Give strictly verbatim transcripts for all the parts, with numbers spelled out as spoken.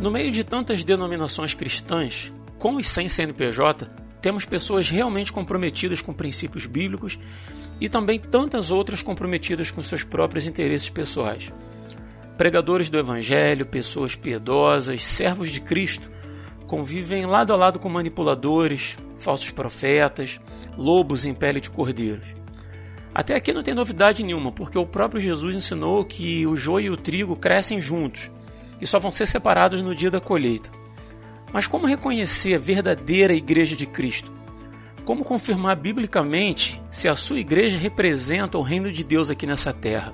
No meio de tantas denominações cristãs, com e sem C N P J, temos pessoas realmente comprometidas com princípios bíblicos e também tantas outras comprometidas com seus próprios interesses pessoais. Pregadores do Evangelho, pessoas piedosas, servos de Cristo, convivem lado a lado com manipuladores, falsos profetas, lobos em pele de cordeiros. Até aqui não tem novidade nenhuma, porque o próprio Jesus ensinou que o joio e o trigo crescem juntos e só vão ser separados no dia da colheita. Mas como reconhecer a verdadeira Igreja de Cristo? Como confirmar biblicamente se a sua igreja representa o reino de Deus aqui nessa terra?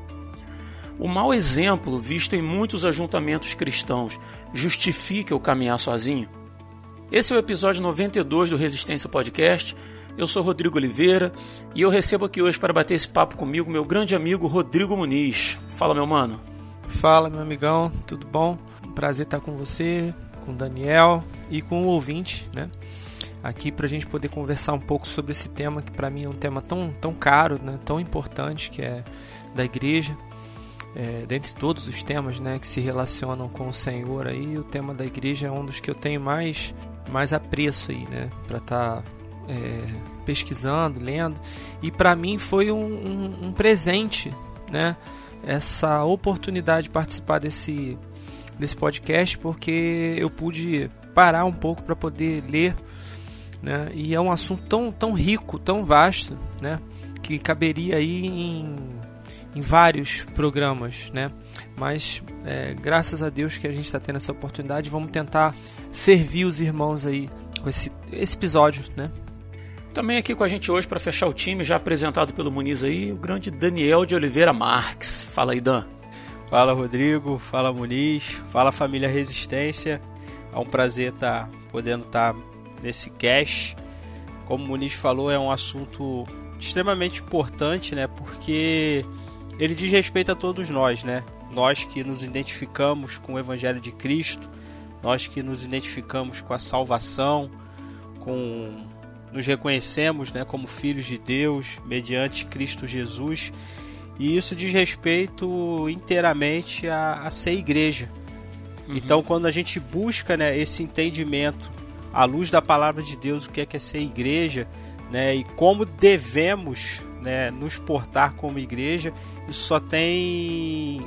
O mau exemplo visto em muitos ajuntamentos cristãos justifica eu caminhar sozinho? Esse é o episódio noventa e dois do Resistência Podcast. Eu sou Rodrigo Oliveira e eu recebo aqui hoje para bater esse papo comigo meu grande amigo Rodrigo Muniz. Fala, meu mano. Fala, meu amigão, tudo bom? Prazer estar com você, com o Daniel e com o ouvinte, né? Aqui para a gente poder conversar um pouco sobre esse tema que para mim é um tema tão, tão caro, né? Tão importante, que é da igreja. É, dentre todos os temas, né, que se relacionam com o Senhor, aí, o tema da igreja é um dos que eu tenho mais, mais apreço aí, né, para estar tá, é, pesquisando, lendo. E para mim foi um, um, um presente, né, essa oportunidade de participar desse, desse podcast, porque eu pude parar um pouco para poder ler, né, e é um assunto tão, tão rico, tão vasto, né, que caberia aí em, em vários programas, né, mas é, graças a Deus que a gente está tendo essa oportunidade. Vamos tentar servir os irmãos aí com esse, esse episódio, né. Também aqui com a gente hoje para fechar o time, já apresentado pelo Muniz aí, o grande Daniel de Oliveira Marques. Fala aí, Dan. Fala, Rodrigo. Fala, Muniz. Fala, família Resistência. É um prazer estar podendo estar nesse cast. Como o Muniz falou, é um assunto extremamente importante, né? Porque ele diz respeito a todos nós, né? Nós que nos identificamos com o Evangelho de Cristo, nós que nos identificamos com a salvação, com... nos reconhecemos, né, como filhos de Deus mediante Cristo Jesus, e isso diz respeito inteiramente a, a ser igreja. Uhum. Então, quando a gente busca, né, esse entendimento à luz da palavra de Deus, o que é, que é ser igreja, né, e como devemos, né, nos portar como igreja, isso só tem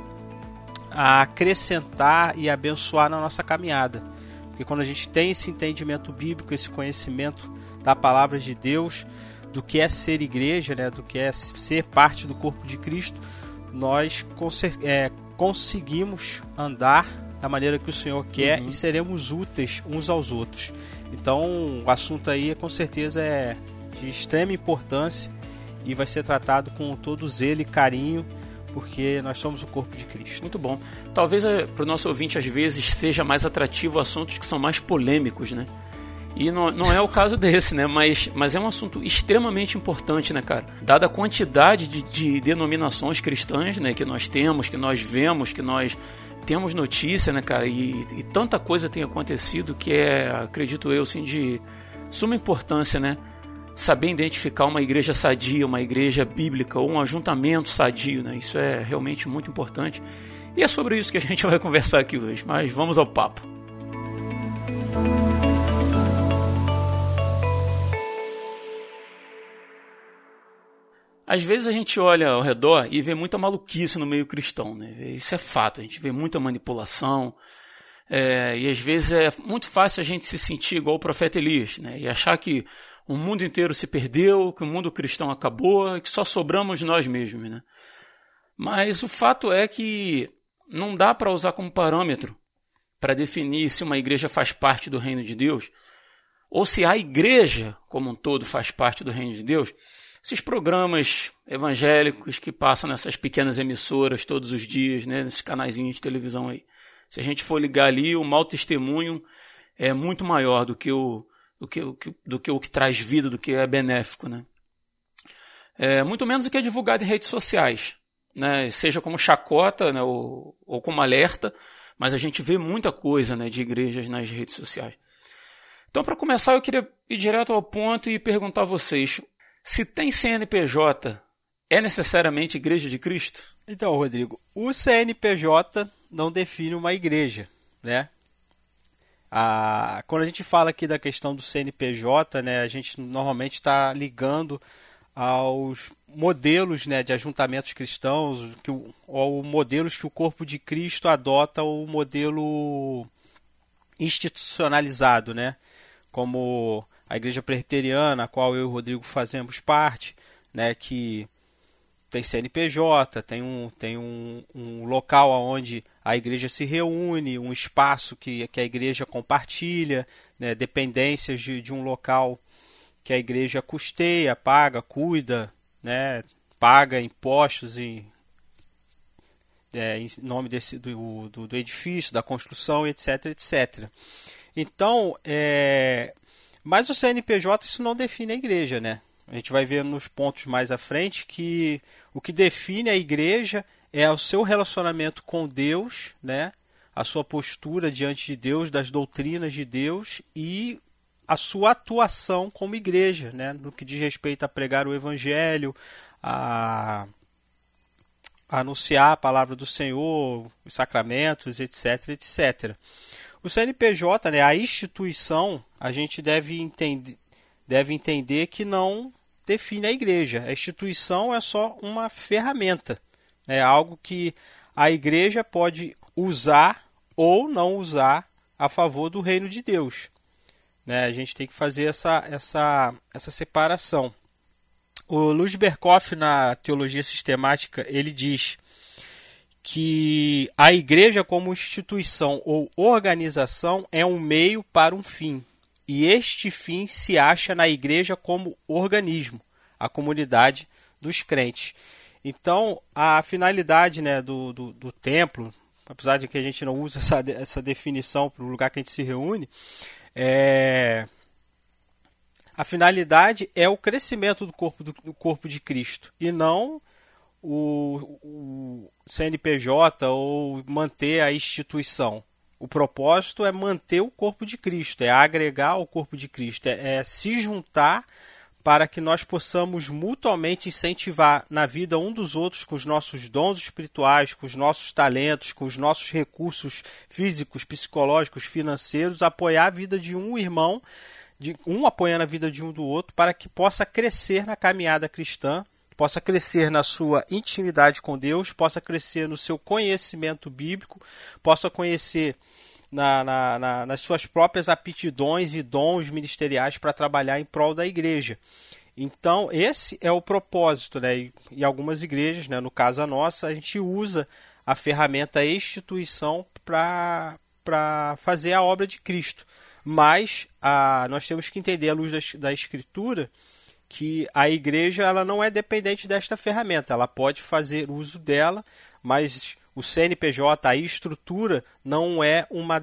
a acrescentar e abençoar na nossa caminhada. Porque quando a gente tem esse entendimento bíblico, esse conhecimento da palavra de Deus, do que é ser igreja, né, do que é ser parte do corpo de Cristo, nós é, conseguimos andar da maneira que o Senhor quer, uhum, e seremos úteis uns aos outros. Então o assunto aí com certeza é de extrema importância e vai ser tratado com todo zelo e carinho, porque nós somos o corpo de Cristo. Muito bom. Talvez é, para o nosso ouvinte às vezes seja mais atrativo assuntos que são mais polêmicos, né? E não, não é o caso desse, né? Mas, mas é um assunto extremamente importante, né, cara? Dada a quantidade de, de denominações cristãs, né, que nós temos, que nós vemos, que nós temos notícia, né, cara? E, e tanta coisa tem acontecido que é, acredito eu, assim, de suma importância, né? Saber identificar uma igreja sadia, uma igreja bíblica ou um ajuntamento sadio, né? Isso é realmente muito importante. E é sobre isso que a gente vai conversar aqui hoje. Mas vamos ao papo. Às vezes a gente olha ao redor e vê muita maluquice no meio cristão, né? Isso é fato, a gente vê muita manipulação, é, e às vezes é muito fácil a gente se sentir igual o profeta Elias, né? E achar que o mundo inteiro se perdeu, que o mundo cristão acabou, que só sobramos nós mesmos, né? Mas o fato é que não dá para usar como parâmetro para definir se uma igreja faz parte do reino de Deus, ou se a igreja como um todo faz parte do reino de Deus. Esses programas evangélicos que passam nessas pequenas emissoras todos os dias, né, nesses canaizinhos de televisão aí. Se a gente for ligar ali, o mau testemunho é muito maior do que o, do que, do que, do que o que traz vida, do que é benéfico, né? É, muito menos do que é divulgado em redes sociais, né, seja como chacota, né, ou, ou como alerta, mas a gente vê muita coisa, né, de igrejas nas redes sociais. Então, para começar, eu queria ir direto ao ponto e perguntar a vocês: se tem C N P J, é necessariamente Igreja de Cristo? Então, Rodrigo, o C N P J não define uma igreja, né? A, quando a gente fala aqui da questão do C N P J, né, a gente normalmente está ligando aos modelos, né, de ajuntamentos cristãos, que o, ou modelos que o corpo de Cristo adota, o modelo institucionalizado, né, como a Igreja Presbiteriana, a qual eu e o Rodrigo fazemos parte, né, que tem C N P J, tem um, tem um, um local onde a igreja se reúne, um espaço que, que a igreja compartilha, né, dependências de, de um local que a igreja custeia, paga, cuida, né, paga impostos em, é, em nome desse, do, do, do edifício, da construção, etc, etcétera. Então, é, mas o C N P J isso não define a igreja, né? A gente vai ver nos pontos mais à frente que o que define a igreja é o seu relacionamento com Deus, né? A sua postura diante de Deus, das doutrinas de Deus e a sua atuação como igreja, né? No que diz respeito a pregar o evangelho, a, a anunciar a palavra do Senhor, os sacramentos, etc, etcétera. O C N P J, né, a instituição, a gente deve entender, deve entender que não define a igreja. A instituição é só uma ferramenta, é algo que a igreja pode usar ou não usar a favor do reino de Deus. Né? A gente tem que fazer essa, essa, essa separação. O Luiz Berkoff, na Teologia Sistemática, ele diz que a igreja como instituição ou organização é um meio para um fim. E este fim se acha na igreja como organismo, a comunidade dos crentes. Então, a finalidade, né, do, do, do templo, apesar de que a gente não usa essa, essa definição para o lugar que a gente se reúne, é... a finalidade é o crescimento do corpo, do, do corpo de Cristo, e não o, o C N P J ou manter a instituição. O propósito é manter o corpo de Cristo, é agregar o corpo de Cristo, é, é se juntar para que nós possamos mutuamente incentivar na vida um dos outros com os nossos dons espirituais, com os nossos talentos, com os nossos recursos físicos, psicológicos, financeiros, apoiar a vida de um irmão, de um apoiando a vida de um do outro, para que possa crescer na caminhada cristã, possa crescer na sua intimidade com Deus, possa crescer no seu conhecimento bíblico, possa conhecer na, na, na, nas suas próprias aptidões e dons ministeriais para trabalhar em prol da igreja. Então, esse é o propósito, né? E, e algumas igrejas, né, no caso a nossa, a gente usa a ferramenta instituição para para fazer a obra de Cristo. Mas a, nós temos que entender, à luz da, da Escritura, que a igreja ela não é dependente desta ferramenta. Ela pode fazer uso dela, mas o C N P J, a estrutura, não é uma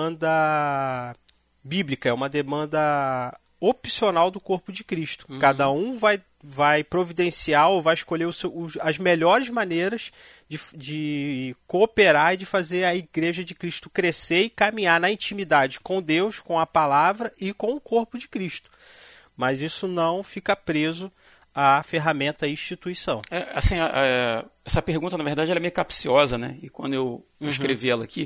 demanda bíblica, é uma demanda opcional do corpo de Cristo. Uhum. Cada um vai, vai providenciar ou vai escolher o seu, os, as melhores maneiras de, de cooperar e de fazer a igreja de Cristo crescer e caminhar na intimidade com Deus, com a palavra e com o corpo de Cristo. Mas isso não fica preso à ferramenta instituição. É, assim, a, a, essa pergunta, na verdade, ela é meio capciosa, né? E quando eu uhum. escrevi ela aqui,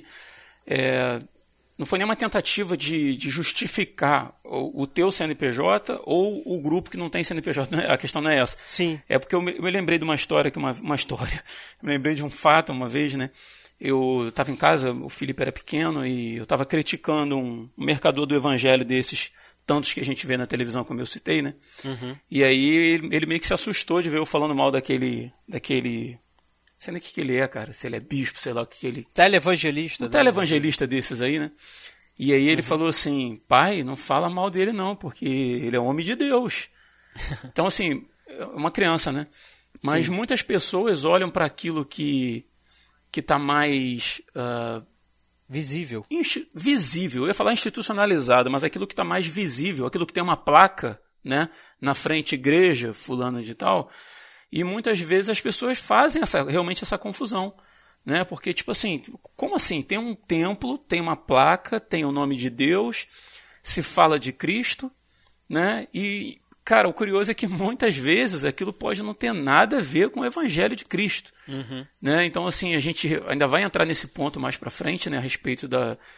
é, não foi nenhuma tentativa de, de justificar o, o teu C N P J ou o grupo que não tem C N P J. A questão não é essa. Sim. É porque eu me, eu me lembrei de uma história, que uma, uma história, eu me lembrei de um fato uma vez, né? Eu estava em casa, o Felipe era pequeno e eu estava criticando um, um mercador do evangelho desses, tantos que a gente vê na televisão, como eu citei, né? Uhum. E aí ele, ele meio que se assustou de ver eu falando mal daquele... daquele não sei nem o que, que ele é, cara. Se ele é bispo, sei lá o que, que ele... Televangelista. Um televangelista desses aí, né? E aí ele uhum. falou assim, pai, não fala mal dele não, porque ele é um homem de Deus. Então, assim, é uma criança, né? Mas Sim. muitas pessoas olham para aquilo que que está mais... Uh, visível. Insti- visível. Eu ia falar institucionalizado, mas aquilo que está mais visível, aquilo que tem uma placa, né, na frente, igreja, fulano de tal. E muitas vezes as pessoas fazem essa, realmente essa confusão. Né? Porque, tipo assim, como assim? Tem um templo, tem uma placa, tem o nome de Deus, se fala de Cristo, né? E, cara, o curioso é que muitas vezes aquilo pode não ter nada a ver com o Evangelho de Cristo. Uhum. Né? Então, assim, a gente ainda vai entrar nesse ponto mais para frente, né, a respeito da,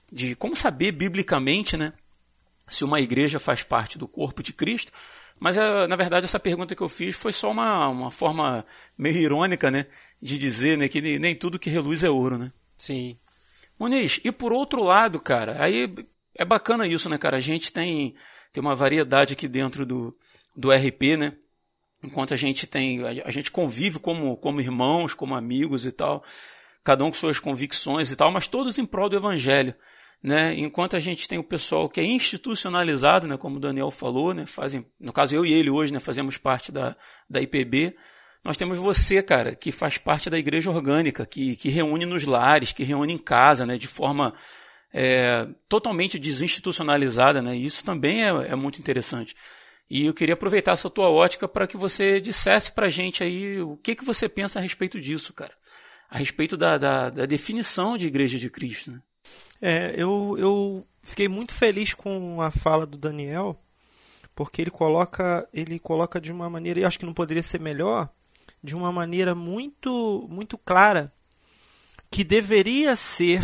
de como saber biblicamente, né, se uma igreja faz parte do corpo de Cristo. Mas, na verdade, essa pergunta que eu fiz foi só uma, uma forma meio irônica, né, de dizer, né, que nem tudo que reluz é ouro, né? Sim. Muniz, e por outro lado, cara, aí é bacana isso, né, cara? A gente tem, tem uma variedade aqui dentro do, do R P, né? Enquanto a gente tem, a gente convive como, como irmãos, como amigos e tal, cada um com suas convicções e tal, mas todos em prol do evangelho, né? Enquanto a gente tem o pessoal que é institucionalizado, né, como o Daniel falou, né, fazem, no caso eu e ele hoje, né, fazemos parte da, da I P B, nós temos você, cara, que faz parte da igreja orgânica, que, que reúne nos lares, que reúne em casa, né, de forma é, totalmente desinstitucionalizada, né, e isso também é, é muito interessante. E eu queria aproveitar essa tua ótica para que você dissesse para a gente aí o que, que você pensa a respeito disso, cara, a respeito da, da, da definição de igreja de Cristo, né? É, eu, eu fiquei muito feliz com a fala do Daniel, porque ele coloca, ele coloca de uma maneira, eu acho que não poderia ser melhor, de uma maneira muito, muito clara, que deveria ser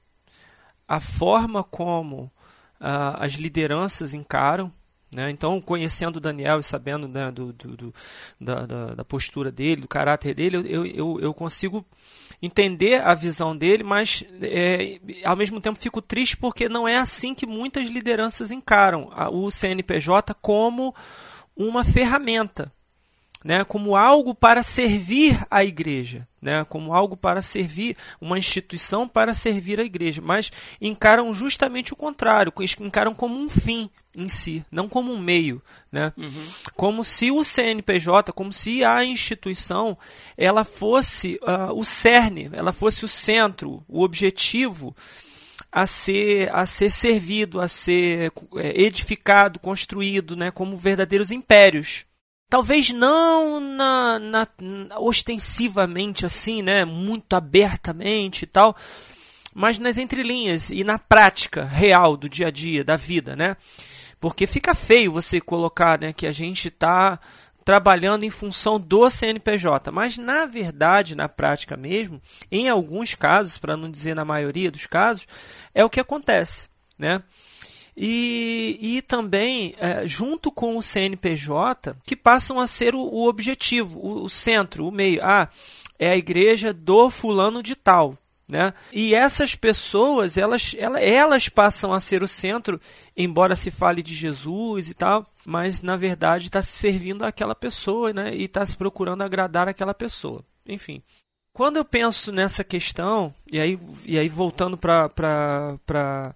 a forma como ah, as lideranças encaram, né? Então, conhecendo o Daniel e sabendo, né, do, do, do, da, da, da postura dele, do caráter dele, eu, eu, eu consigo entender a visão dele, mas é, ao mesmo tempo fico triste porque não é assim que muitas lideranças encaram o C N P J como uma ferramenta, né, como algo para servir a igreja, né, como algo para servir, uma instituição para servir a igreja, mas encaram justamente o contrário, encaram como um fim em si, não como um meio, né? Uhum. Como se o C N P J, como se a instituição, ela fosse uh, o cerne, ela fosse o centro, o objetivo a ser, a ser servido, a ser edificado, construído, né, como verdadeiros impérios. Talvez não na, na, ostensivamente assim, né, muito abertamente e tal, mas nas entrelinhas e na prática real do dia a dia, da vida, né? Porque fica feio você colocar, né, que a gente está trabalhando em função do C N P J, mas na verdade, na prática mesmo, em alguns casos, para não dizer na maioria dos casos, é o que acontece, né? E, e também, é, junto com o C N P J, que passam a ser o, o objetivo, o, o centro, o meio. Ah, é a igreja do fulano de tal, né? E essas pessoas, elas, elas, elas passam a ser o centro, embora se fale de Jesus e tal, mas na verdade está se servindo àquela pessoa, né? E está se procurando agradar aquela pessoa. Enfim, quando eu penso nessa questão, e aí, e aí voltando para para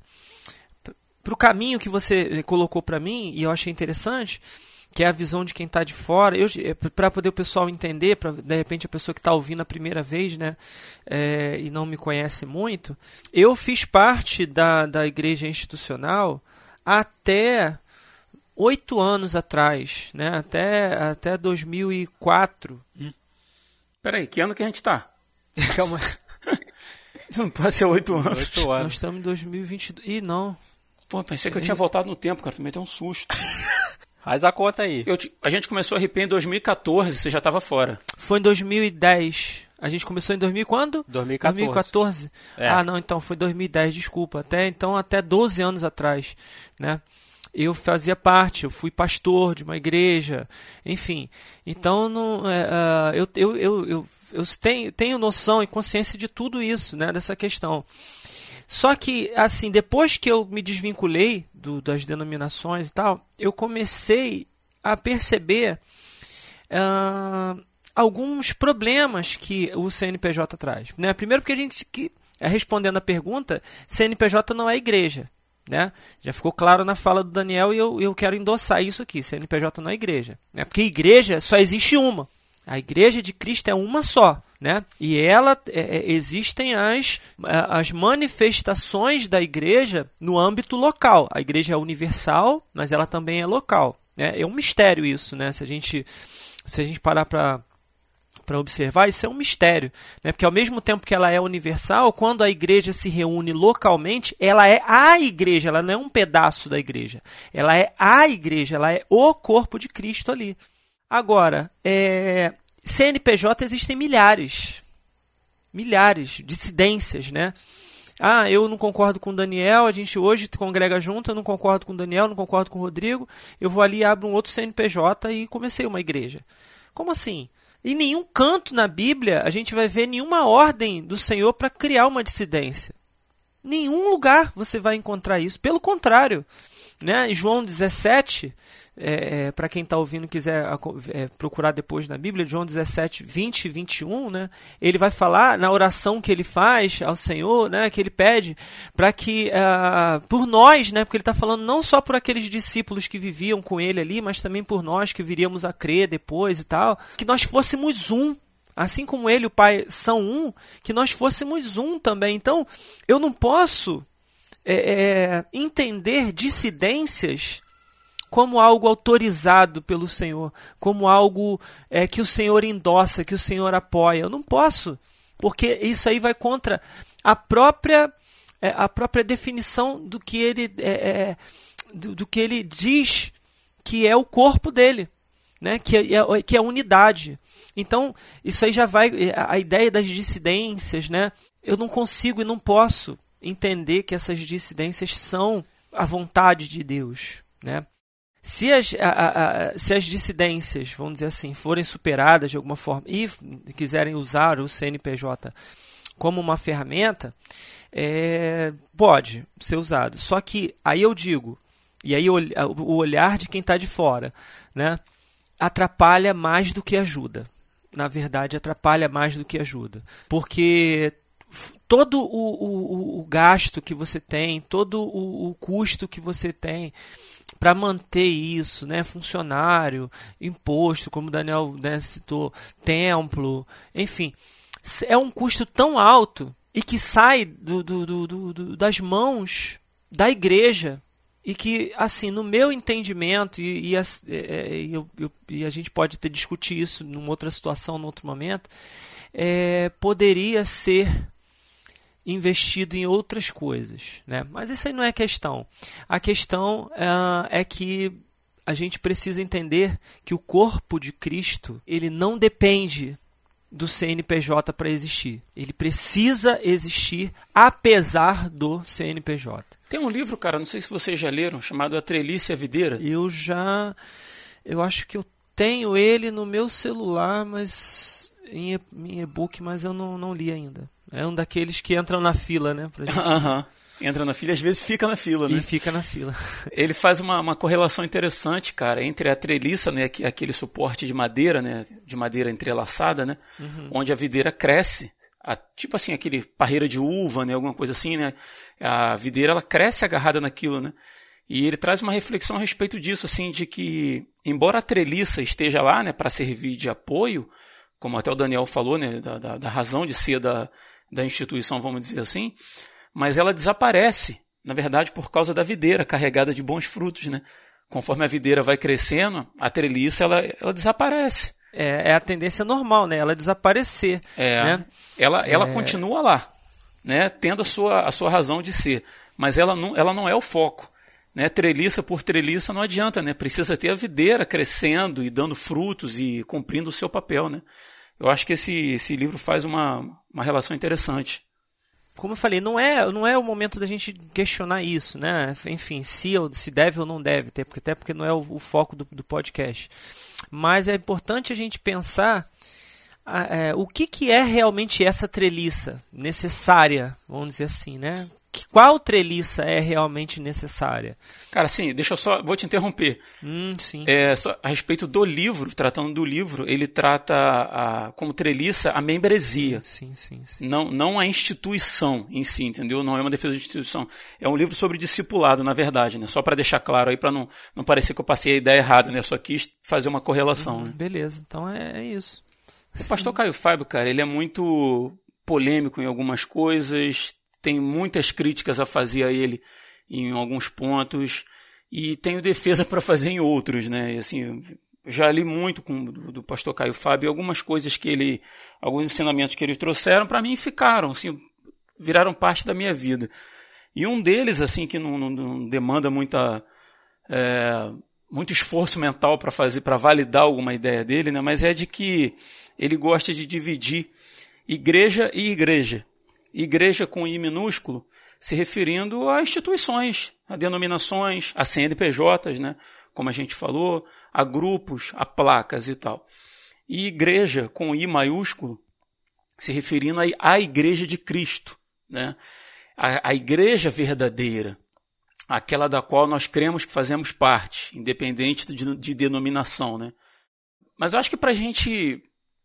o caminho que você colocou para mim, e eu achei interessante, que é a visão de quem está de fora, para poder o pessoal entender, para de repente a pessoa que está ouvindo a primeira vez, né, é, e não me conhece muito, eu fiz parte da, da igreja institucional até oito anos atrás, né, até, até dois mil e quatro. Hum. Peraí, que ano que a gente está? Calma. Isso não pode ser oito anos. oito anos. Nós estamos em dois mil e vinte e dois. Ih, não. Pô, pensei que eu tinha voltado no tempo, cara. Tu me deu um susto. Faz a conta aí. Eu, a gente começou a R P em dois mil e quatorze, você já estava fora. Foi em dois mil e dez. A gente começou em dois mil quando? dois mil e quatorze. dois mil e quatorze? É. Ah, não, então foi dois mil e dez, desculpa. Até, então, até doze anos atrás, né? Eu fazia parte, eu fui pastor de uma igreja, enfim. Então, não, é, uh, eu, eu, eu, eu, eu tenho, tenho noção e consciência de tudo isso, né? Dessa questão. Só que, assim, depois que eu me desvinculei do, das denominações e tal, eu comecei a perceber uh, alguns problemas que o C N P J traz, né? Primeiro porque a gente, que, respondendo a pergunta, C N P J não é igreja, né? Já ficou claro na fala do Daniel e eu, eu quero endossar isso aqui, C N P J não é igreja, né? Porque igreja só existe uma. A igreja de Cristo é uma só, né? E ela é, existem as, as manifestações da igreja no âmbito local. A igreja é universal, mas ela também é local, né? É um mistério isso, né? Se a gente, se a gente parar para para observar, isso é um mistério, né? Porque ao mesmo tempo que ela é universal, quando a igreja se reúne localmente, ela é a igreja, ela não é um pedaço da igreja. Ela é a igreja, ela é o corpo de Cristo ali. Agora, é, C N P J existem milhares, milhares, dissidências, né? Ah, eu não concordo com o Daniel, a gente hoje congrega junto, eu não concordo com o Daniel, não concordo com o Rodrigo, eu vou ali, abro um outro C N P J e comecei uma igreja. Como assim? Em nenhum canto na Bíblia a gente vai ver nenhuma ordem do Senhor para criar uma dissidência. Nenhum lugar você vai encontrar isso. Pelo contrário, né? Em João dezessete, é, é, para quem está ouvindo e quiser é, procurar depois na Bíblia, João dezessete, vinte e vinte e um, né? Ele vai falar na oração que ele faz ao Senhor, né? Que ele pede para que, uh, por nós, né? Porque ele está falando não só por aqueles discípulos que viviam com ele ali, mas também por nós que viríamos a crer depois e tal, que nós fôssemos um. Assim como ele e o Pai são um, que nós fôssemos um também. Então, eu não posso é, é, entender dissidências como algo autorizado pelo Senhor, como algo é, que o Senhor endossa, que o Senhor apoia. Eu não posso, porque isso aí vai contra a própria, é, a própria definição do que, ele, é, é, do, do que ele diz que é o corpo dele, né? que, é, que é a unidade. Então, isso aí já vai... A ideia das dissidências, né? Eu não consigo e não posso entender que essas dissidências são a vontade de Deus, né? Se as, a, a, se as dissidências, vamos dizer assim, forem superadas de alguma forma e quiserem usar o C N P J como uma ferramenta, é, pode ser usado. Só que aí eu digo, e aí o, o olhar de quem está de fora, né, atrapalha mais do que ajuda. Na verdade, atrapalha mais do que ajuda. Porque todo o, o, o gasto que você tem, todo o, o custo que você tem para manter isso, né, funcionário, imposto, como o Daniel, né, citou, templo, enfim, é um custo tão alto e que sai do, do, do, do, das mãos da igreja. E que, assim, no meu entendimento, e, e, a, e, eu, eu, e a gente pode ter discutir isso numa outra situação, num outro momento, é, poderia ser investido em outras coisas, né? Mas isso aí não é a questão. A questão uh, é que a gente precisa entender que o corpo de Cristo, ele não depende do C N P J para existir. Ele precisa existir apesar do C N P J. Tem um livro, cara, não sei se vocês já leram, chamado A Treliça e a Videira. Eu já... Eu acho que eu tenho ele no meu celular, mas em, em e-book, mas eu não, não li ainda. É um daqueles que entram na fila, né? Pra gente... Aham. Entra na fila e às vezes fica na fila, né? E fica na fila. Ele faz uma, uma correlação interessante, cara, entre a treliça, né, aquele suporte de madeira, né, de madeira entrelaçada, né, uhum. onde a videira cresce, a, tipo assim, aquele parreira de uva, né, alguma coisa assim, né, a videira ela cresce agarrada naquilo, né, e ele traz uma reflexão a respeito disso, assim, de que, embora a treliça esteja lá, né, para servir de apoio, como até o Daniel falou, né, da, da, da razão de ser da, da instituição, vamos dizer assim, mas ela desaparece, na verdade, por causa da videira carregada de bons frutos, né? Conforme a videira vai crescendo, a treliça ela, ela desaparece. É, é a tendência normal, né? Ela desaparecer. É, né? Ela, ela é... continua lá, né? Tendo a sua, a sua razão de ser, mas ela não, ela não é o foco. Né? Treliça por treliça não adianta, né? Precisa ter a videira crescendo e dando frutos e cumprindo o seu papel, né? Eu acho que esse, esse livro faz uma, uma relação interessante. Como eu falei, não é, não é o momento da gente questionar isso, né? Enfim, se, se deve ou não deve, até porque, até porque não é o, o foco do, do podcast. Mas é importante a gente pensar é, o que, que é realmente essa treliça necessária, vamos dizer assim, né? Qual treliça é realmente necessária? Cara, sim, deixa eu só, vou te interromper. Hum, sim. É, só, a respeito do livro, tratando do livro, ele trata a, como treliça a membresia. Sim, sim, sim. Não, não a instituição em si, entendeu? Não é uma defesa de instituição. É um livro sobre discipulado, na verdade, né? Só para deixar claro aí, para não, não parecer que eu passei a ideia errada, né? Eu só quis fazer uma correlação. Hum, né? Beleza, então é, é isso. O pastor Caio Fábio, cara, ele é muito polêmico em algumas coisas, tem muitas críticas a fazer a ele em alguns pontos e tenho defesa para fazer em outros, né? E, assim, já li muito com, do, do pastor Caio Fábio, algumas coisas que ele, alguns ensinamentos que eles trouxeram para mim ficaram, assim, viraram parte da minha vida. E um deles, assim, que não, não, não demanda muita, é, muito esforço mental para fazer, para validar alguma ideia dele, né? Mas é de que ele gosta de dividir igreja e igreja. Igreja com I minúsculo, se referindo a instituições, a denominações, a C N P Js, né? Como a gente falou, a grupos, a placas e tal. E igreja com I maiúsculo, se referindo à Igreja de Cristo, né? A, a igreja verdadeira, aquela da qual nós cremos que fazemos parte, independente de, de denominação, né? Mas eu acho que para a gente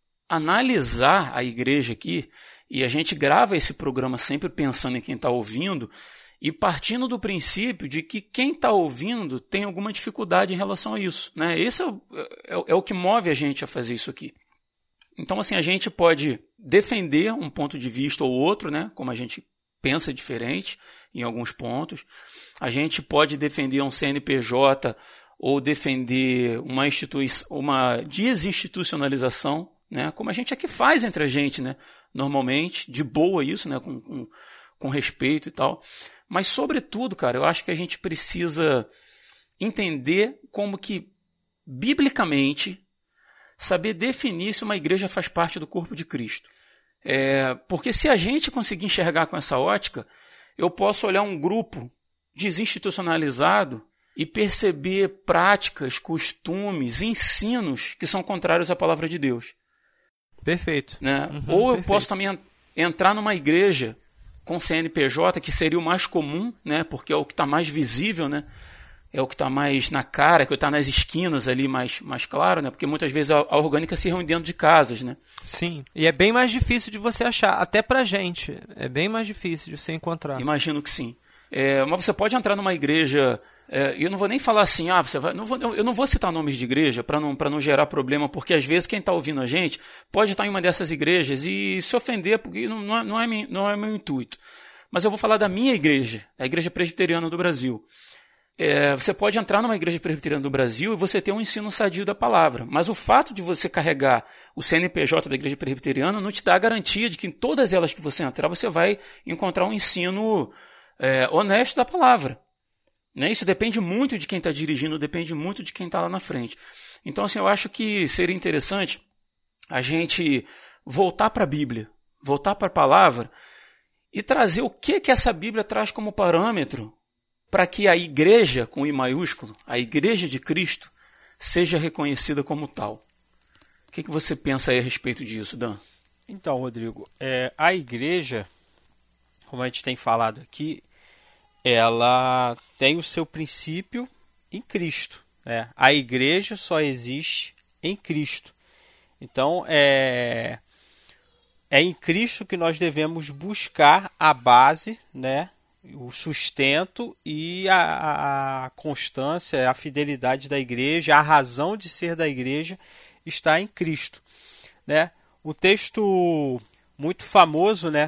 analisar a igreja aqui, e a gente grava esse programa sempre pensando em quem está ouvindo, e partindo do princípio de que quem está ouvindo tem alguma dificuldade em relação a isso, né? Esse é o, é, é o que move a gente a fazer isso aqui. Então, assim, a gente pode defender um ponto de vista ou outro, né? Como a gente pensa diferente em alguns pontos. A gente pode defender um C N P J ou defender uma, institui- uma desinstitucionalização, né? Como a gente aqui faz entre a gente, né? Normalmente, de boa isso, né? Com, com, com respeito e tal. Mas, sobretudo, cara, eu acho que a gente precisa entender como que, biblicamente, saber definir se uma igreja faz parte do corpo de Cristo. É, porque se a gente conseguir enxergar com essa ótica, eu posso olhar um grupo desinstitucionalizado e perceber práticas, costumes, ensinos que são contrários à palavra de Deus. Perfeito. Né? Uhum, Ou eu perfeito. posso também entrar numa igreja com C N P J, que seria o mais comum, né? Porque é o que está mais visível, né? É o que está mais na cara, é o que está nas esquinas ali mais, mais claro, né? Porque muitas vezes a, a orgânica se reúne dentro de casas, né? Sim, e é bem mais difícil de você achar, até pra gente, é bem mais difícil de você encontrar. Imagino que sim. É, mas você pode entrar numa igreja, é, eu não vou nem falar assim, ah, você vai, não vou, eu não vou citar nomes de igreja para não, para não gerar problema, porque às vezes quem está ouvindo a gente pode estar em uma dessas igrejas e se ofender, porque não, não, é, não, é, não é meu intuito. Mas eu vou falar da minha igreja, a Igreja Presbiteriana do Brasil. É, você pode entrar numa igreja presbiteriana do Brasil e você ter um ensino sadio da palavra, mas o fato de você carregar o C N P J da igreja presbiteriana não te dá a garantia de que em todas elas que você entrar você vai encontrar um ensino é, honesto da palavra, né? Isso depende muito de quem está dirigindo, depende muito de quem está lá na frente. Então, assim, eu acho que seria interessante a gente voltar para a Bíblia, voltar para a palavra e trazer o que, que essa Bíblia traz como parâmetro para que a igreja, com I maiúsculo, a igreja de Cristo, seja reconhecida como tal. O que, que você pensa aí a respeito disso, Dan? Então, Rodrigo, é, a igreja, como a gente tem falado aqui, ela tem o seu princípio em Cristo, né? A igreja só existe em Cristo. Então, é, é em Cristo que nós devemos buscar a base, né? O sustento e a, a constância, a fidelidade da igreja, a razão de ser da igreja está em Cristo, né? O texto muito famoso, né,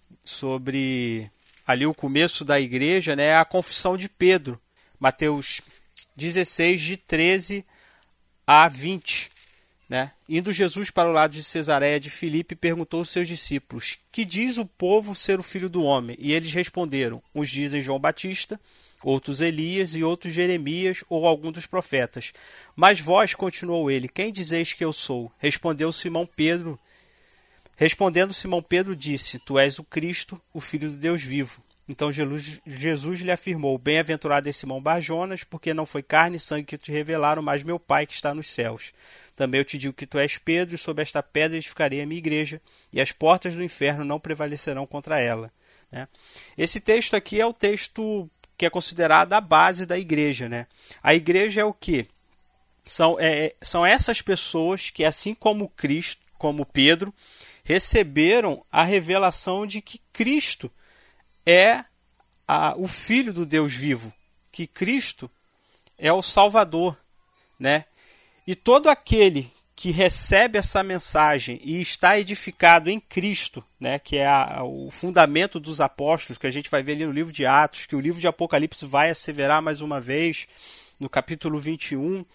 sobre ali o começo da igreja, né, é a confissão de Pedro, Mateus dezesseis, de treze a vinte. Né? Indo Jesus para o lado de Cesareia de Filipe, perguntou aos seus discípulos: que diz o povo ser o filho do homem? E eles responderam: uns dizem João Batista, outros Elias e outros Jeremias ou algum dos profetas. Mas vós, continuou ele, quem dizeis que eu sou? Respondeu Simão Pedro. Respondendo Simão Pedro disse: tu és o Cristo, o Filho do Deus vivo. Então Jesus, Jesus lhe afirmou: bem-aventurado é Simão Barjonas, porque não foi carne e sangue que te revelaram, mas meu Pai que está nos céus. Também eu te digo que tu és Pedro, e sob esta pedra edificarei a minha igreja, e as portas do inferno não prevalecerão contra ela. Né? Esse texto aqui é o texto que é considerado a base da igreja. Né? A igreja é o quê? São, é, são essas pessoas que, assim como Cristo, como Pedro, receberam a revelação de que Cristo é a, o Filho do Deus vivo, que Cristo é o Salvador, né? E todo aquele que recebe essa mensagem e está edificado em Cristo, né, que é a, o fundamento dos apóstolos, que a gente vai ver ali no livro de Atos, que o livro de Apocalipse vai asseverar mais uma vez, no capítulo vinte e um,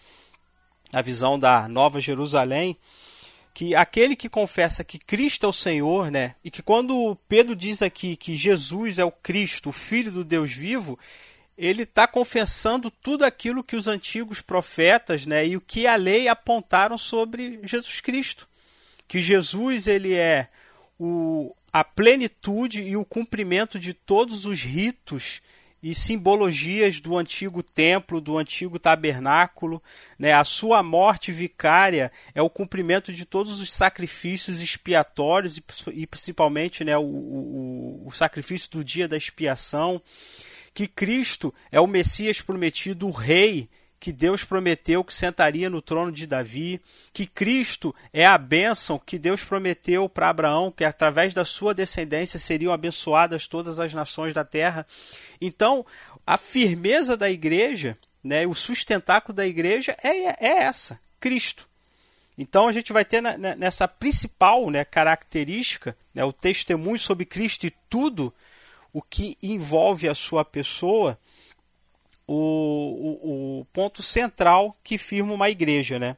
a visão da Nova Jerusalém, que aquele que confessa que Cristo é o Senhor, né, e que quando Pedro diz aqui que Jesus é o Cristo, o Filho do Deus vivo, ele está confessando tudo aquilo que os antigos profetas, né, e o que a lei apontaram sobre Jesus Cristo. Que Jesus ele é o, a plenitude e o cumprimento de todos os ritos e simbologias do antigo templo, do antigo tabernáculo, né? A sua morte vicária é o cumprimento de todos os sacrifícios expiatórios e, e principalmente, né, o, o, o sacrifício do dia da expiação, que Cristo é o Messias prometido, o Rei que Deus prometeu que sentaria no trono de Davi, que Cristo é a bênção que Deus prometeu para Abraão, que através da sua descendência seriam abençoadas todas as nações da terra. Então, a firmeza da igreja, né, o sustentáculo da igreja é, é essa, Cristo. Então, a gente vai ter na, nessa principal, né, característica, né, o testemunho sobre Cristo e tudo o que envolve a sua pessoa, O, o, o ponto central que firma uma igreja, né?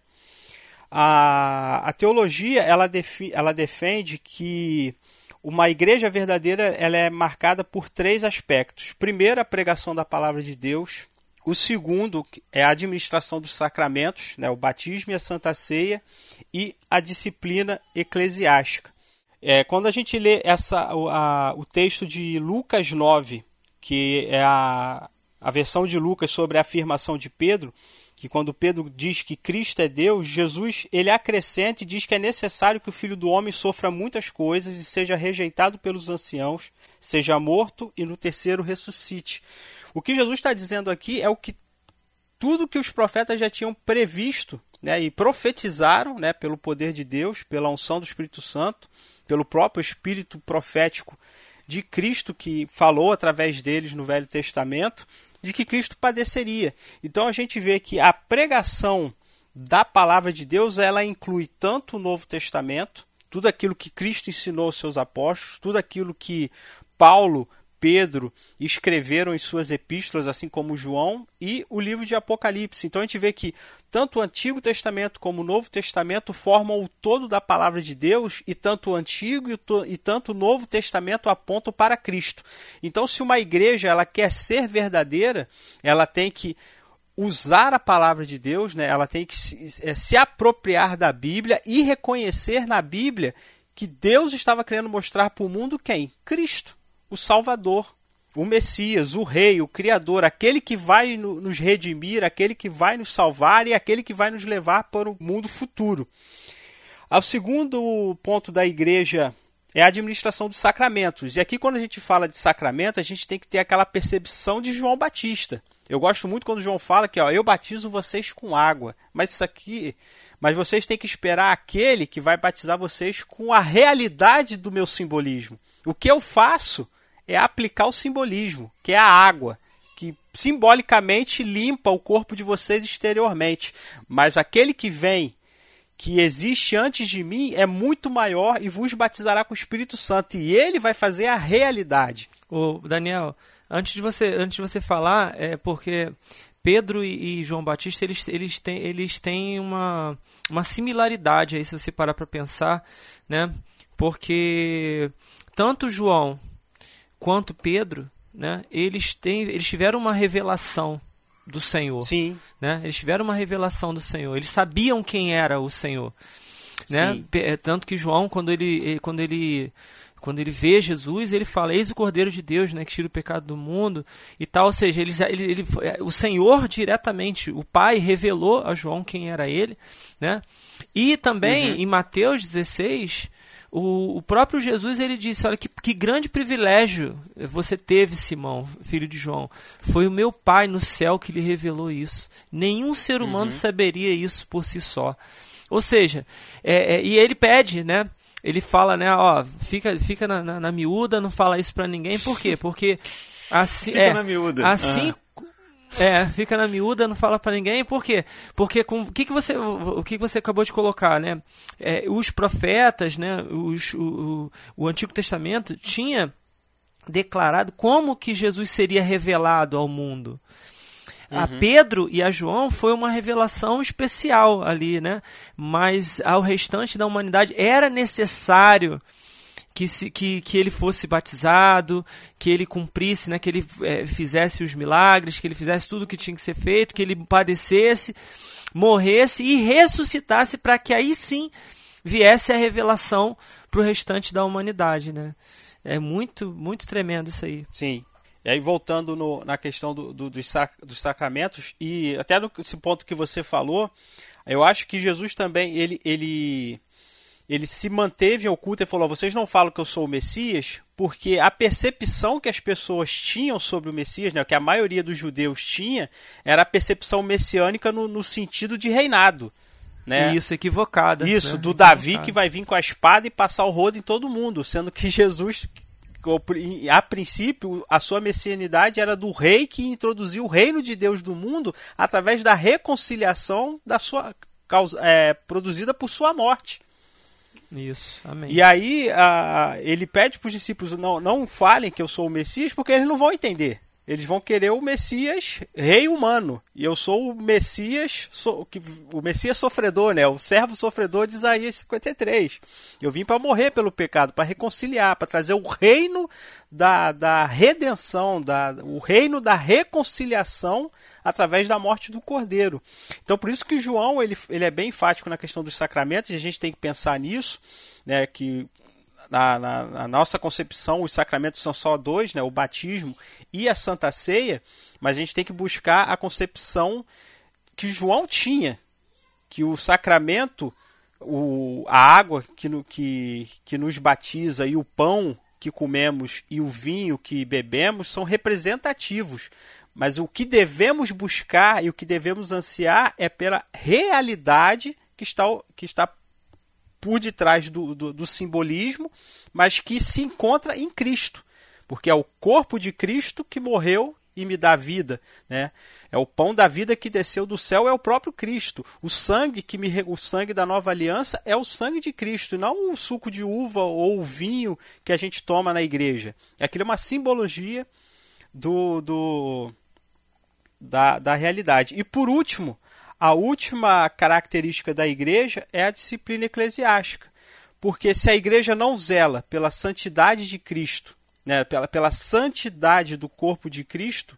A, a teologia ela, defi, ela defende que uma igreja verdadeira ela é marcada por três aspectos. Primeiro, a pregação da palavra de Deus. O segundo é a administração dos sacramentos, né? O batismo e a Santa Ceia, e a disciplina eclesiástica. É, quando a gente lê essa, a, o texto de Lucas nove, que é a A versão de Lucas sobre a afirmação de Pedro, que quando Pedro diz que Cristo é Deus, Jesus ele acrescenta e diz que é necessário que o Filho do Homem sofra muitas coisas e seja rejeitado pelos anciãos, seja morto e no terceiro ressuscite. O que Jesus está dizendo aqui é o que tudo que os profetas já tinham previsto, né, e profetizaram, né, pelo poder de Deus, pela unção do Espírito Santo, pelo próprio Espírito profético de Cristo que falou através deles no Velho Testamento, de que Cristo padeceria. Então a gente vê que a pregação da palavra de Deus ela inclui tanto o Novo Testamento, tudo aquilo que Cristo ensinou aos seus apóstolos, tudo aquilo que Paulo, Pedro escreveram em suas epístolas, assim como João, e o livro de Apocalipse. Então a gente vê que tanto o Antigo Testamento como o Novo Testamento formam o todo da palavra de Deus, e tanto o Antigo e, o, e tanto o Novo Testamento apontam para Cristo. Então, se uma igreja ela quer ser verdadeira, ela tem que usar a palavra de Deus, né? Ela tem que se, é, se apropriar da Bíblia e reconhecer na Bíblia que Deus estava querendo mostrar para o mundo quem? Cristo. O Salvador, o Messias, o Rei, o Criador, aquele que vai no, nos redimir, aquele que vai nos salvar e aquele que vai nos levar para o mundo futuro. O segundo ponto da igreja é a administração dos sacramentos. E aqui, quando a gente fala de sacramento, a gente tem que ter aquela percepção de João Batista. Eu gosto muito quando João fala que ó, eu batizo vocês com água, mas isso aqui, mas vocês têm que esperar aquele que vai batizar vocês com a realidade do meu simbolismo. O que eu faço é aplicar o simbolismo, que é a água, que simbolicamente limpa o corpo de vocês exteriormente. Mas aquele que vem, que existe antes de mim, é muito maior e vos batizará com o Espírito Santo. E ele vai fazer a realidade. Ô, Daniel, antes de você, antes de você falar, é porque Pedro e, e João Batista, eles, eles têm, eles têm uma, uma similaridade aí, se você parar para pensar, né? Porque tanto João quanto Pedro, né, eles, têm, eles tiveram uma revelação do Senhor. Sim. Né? Eles tiveram uma revelação do Senhor. Eles sabiam quem era o Senhor. Né? Tanto que João, quando ele, quando, ele, quando ele vê Jesus, ele fala, eis o Cordeiro de Deus, né, que tira o pecado do mundo e tal. Ou seja, eles, ele, ele, o Senhor diretamente, o Pai revelou a João quem era ele. Né? E também uhum. em Mateus dezesseis... O, o próprio Jesus ele disse, olha que, que grande privilégio você teve, Simão, filho de João. Foi o meu Pai no céu que lhe revelou isso. Nenhum ser humano uhum. saberia isso por si só. Ou seja, é, é, e ele pede, né? Ele fala, né? Ó, fica, fica na, na, na miúda, não fala isso para ninguém. Por quê? Porque assim, fica é, na miúda. Assim ah. É, fica na miúda, não fala para ninguém. Por quê? Porque com o que, que você o que você acabou de colocar, né? É, os profetas, né? Os, o, o, o Antigo Testamento tinha declarado como que Jesus seria revelado ao mundo. Uhum. A Pedro e a João foi uma revelação especial ali, né? Mas ao restante da humanidade era necessário Que, se, que, que ele fosse batizado, que ele cumprisse, né, que ele é, fizesse os milagres, que ele fizesse tudo o que tinha que ser feito, que ele padecesse, morresse e ressuscitasse para que aí sim viesse a revelação para o restante da humanidade, né? É muito, muito tremendo isso aí. Sim. E aí, voltando no, na questão do, do, dos, sac, dos sacramentos, e até nesse ponto que você falou, eu acho que Jesus também, ele, ele, ele se manteve oculto e falou, vocês não falam que eu sou o Messias, porque a percepção que as pessoas tinham sobre o Messias, né, que a maioria dos judeus tinha, era a percepção messiânica no, no sentido de reinado. Né? Isso, equivocada. Isso, né? do Davi que vai vir com a espada e passar o rodo em todo mundo, sendo que Jesus, a princípio, a sua messianidade era do rei que introduziu o reino de Deus do mundo através da reconciliação da sua, causa, é, produzida por sua morte. Isso, amém. E aí a, ele pede para os discípulos, não, não falem que eu sou o Messias, porque eles não vão entender. Eles vão querer o Messias rei humano. E eu sou o Messias, so, o Messias sofredor, né? O servo sofredor de Isaías cinquenta e três. Eu vim para morrer pelo pecado, para reconciliar, para trazer o reino da, da redenção, da, o reino da reconciliação através da morte do Cordeiro. Então, por isso que João ele, ele é bem enfático na questão dos sacramentos, e a gente tem que pensar nisso, né? Que Na, na, na nossa concepção, os sacramentos são só dois, né? O batismo e a Santa Ceia, mas a gente tem que buscar a concepção que João tinha, que o sacramento, o, a água que, no, que, que nos batiza e o pão que comemos e o vinho que bebemos são representativos, mas o que devemos buscar e o que devemos ansiar é pela realidade que está, que está por detrás do, do, do simbolismo, mas que se encontra em Cristo, porque é o corpo de Cristo que morreu e me dá vida, né? É o pão da vida que desceu do céu, é o próprio Cristo. O sangue que me, o sangue da nova aliança é o sangue de Cristo, e não o suco de uva ou o vinho que a gente toma na igreja. Aquilo é uma simbologia do, do da, da realidade. E por último, a última característica da igreja é a disciplina eclesiástica, porque se a igreja não zela pela santidade de Cristo, né, pela, pela santidade do corpo de Cristo,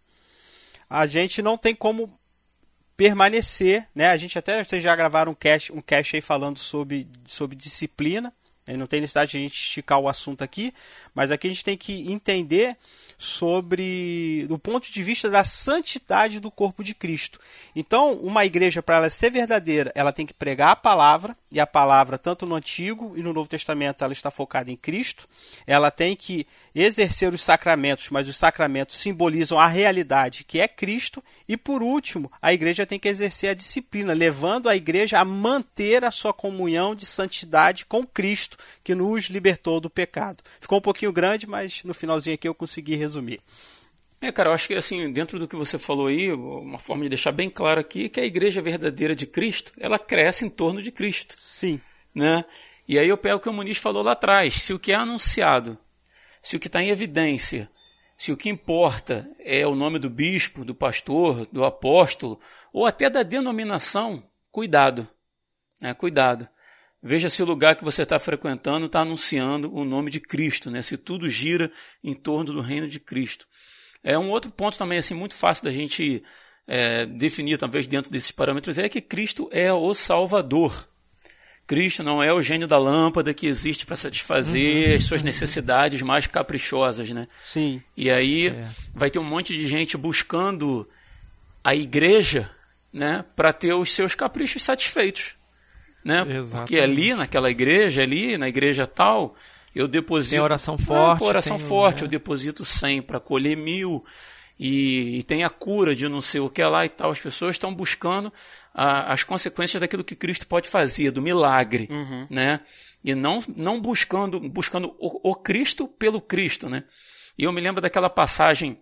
a gente não tem como permanecer, né? A gente até, vocês já gravaram um cast, um cast aí falando sobre, sobre disciplina, né? Não tem necessidade de a gente esticar o assunto aqui, mas aqui a gente tem que entender sobre, do ponto de vista da santidade do corpo de Cristo. Então, uma igreja, para ela ser verdadeira, ela tem que pregar a palavra, e a palavra, tanto no Antigo e no Novo Testamento, ela está focada em Cristo. Ela tem que exercer os sacramentos, mas os sacramentos simbolizam a realidade, que é Cristo. E, por último, a igreja tem que exercer a disciplina, levando a igreja a manter a sua comunhão de santidade com Cristo, que nos libertou do pecado. Ficou um pouquinho grande, mas no finalzinho aqui eu consegui resumir. É, cara, eu acho que assim, dentro do que você falou aí, uma forma de deixar bem claro aqui, que a igreja verdadeira de Cristo, ela cresce em torno de Cristo. Sim. Né? E aí eu pego o que o Muniz falou lá atrás, se o que é anunciado, se o que está em evidência, se o que importa é o nome do bispo, do pastor, do apóstolo, ou até da denominação, cuidado, né? Cuidado. Veja se o lugar que você está frequentando está anunciando o nome de Cristo, né? Se tudo gira em torno do reino de Cristo. É um outro ponto também assim, muito fácil da gente é, definir, talvez dentro desses parâmetros, é que Cristo é o Salvador. Cristo não é o gênio da lâmpada que existe para satisfazer uhum. as suas necessidades mais caprichosas, né? Sim. E aí é. vai ter um monte de gente buscando a igreja, né, para ter os seus caprichos satisfeitos. Né? Porque ali naquela igreja, ali na igreja tal, eu deposito... Tem oração forte. Ah, oração tem, forte, né? Eu deposito cem para colher mil, e, e tem a cura de não sei o que lá e tal. As pessoas estão buscando a, as consequências daquilo que Cristo pode fazer, do milagre, uhum. né? E não, não buscando, buscando o, o Cristo pelo Cristo, né? E eu me lembro daquela passagem,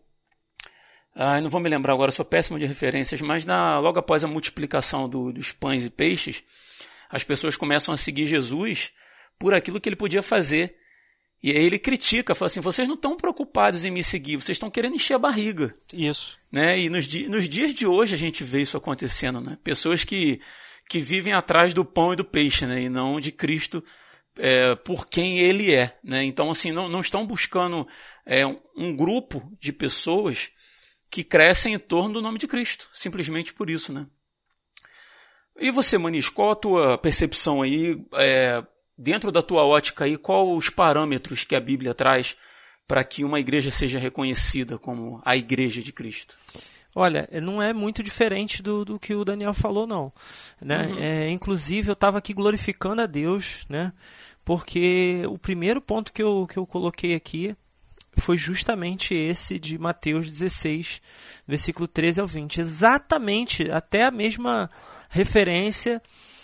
ah, não vou me lembrar agora, sou péssimo de referências, mas na, logo após a multiplicação do, dos pães e peixes, as pessoas começam a seguir Jesus por aquilo que ele podia fazer. E aí ele critica, fala assim, vocês não estão preocupados em me seguir, vocês estão querendo encher a barriga. Isso. Né? E nos, di- nos dias de hoje a gente vê isso acontecendo. Né? Pessoas que, que vivem atrás do pão e do peixe, né? E não de Cristo é, por quem ele é. Né? Então, assim, não, não estão buscando é, um grupo de pessoas que crescem em torno do nome de Cristo, simplesmente por isso, né? E você, Muniz, qual a tua percepção aí, é, dentro da tua ótica aí, qual os parâmetros que a Bíblia traz para que uma igreja seja reconhecida como a Igreja de Cristo? Olha, não é muito diferente do, do que o Daniel falou, não. Né? Uhum. É, inclusive, eu estava aqui glorificando a Deus, né? Porque o primeiro ponto que eu, que eu coloquei aqui foi justamente esse de Mateus dezesseis, versículo treze ao vinte. Exatamente, até a mesma referência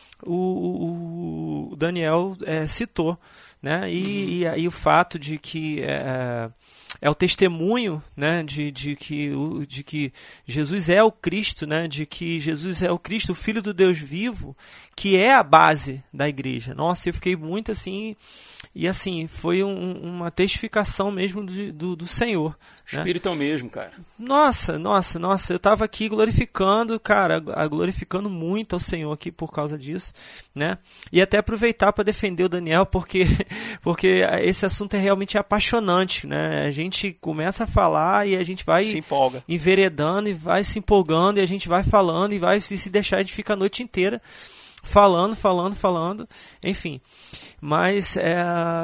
o, o Daniel é, citou. Né? E, uhum. e aí o fato de que é, é o testemunho, né, de, de, que, de que Jesus é o Cristo, né, de que Jesus é o Cristo, o Filho do Deus vivo, que é a base da igreja. Nossa, eu fiquei muito assim, e assim, foi um, uma testificação mesmo do, do, do Senhor. O Espírito, né? É o mesmo, cara. Nossa, nossa, nossa, eu estava aqui glorificando, cara, glorificando muito ao Senhor aqui por causa disso, né? E até aproveitar para defender o Daniel, porque, porque esse assunto é realmente apaixonante, né? A gente começa a falar e a gente vai se empolga, enveredando e vai se empolgando, e a gente vai falando e vai se deixar, a gente fica a noite inteira falando, falando, falando, enfim. Mas é,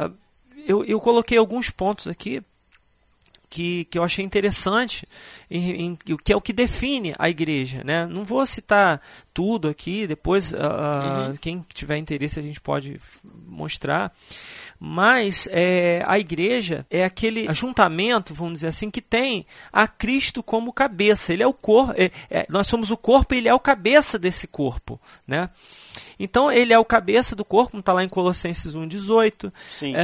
eu, eu coloquei alguns pontos aqui que, que eu achei interessante, em, em, que é o que define a igreja. Né? Não vou citar tudo aqui, depois uh, uhum. quem tiver interesse a gente pode mostrar. Mas é, a igreja é aquele ajuntamento, vamos dizer assim, que tem a Cristo como cabeça. Ele é o corpo, é, é, nós somos o corpo e ele é o cabeça desse corpo, né? Então ele é o cabeça do corpo, como está lá em Colossenses um, dezoito. Sim.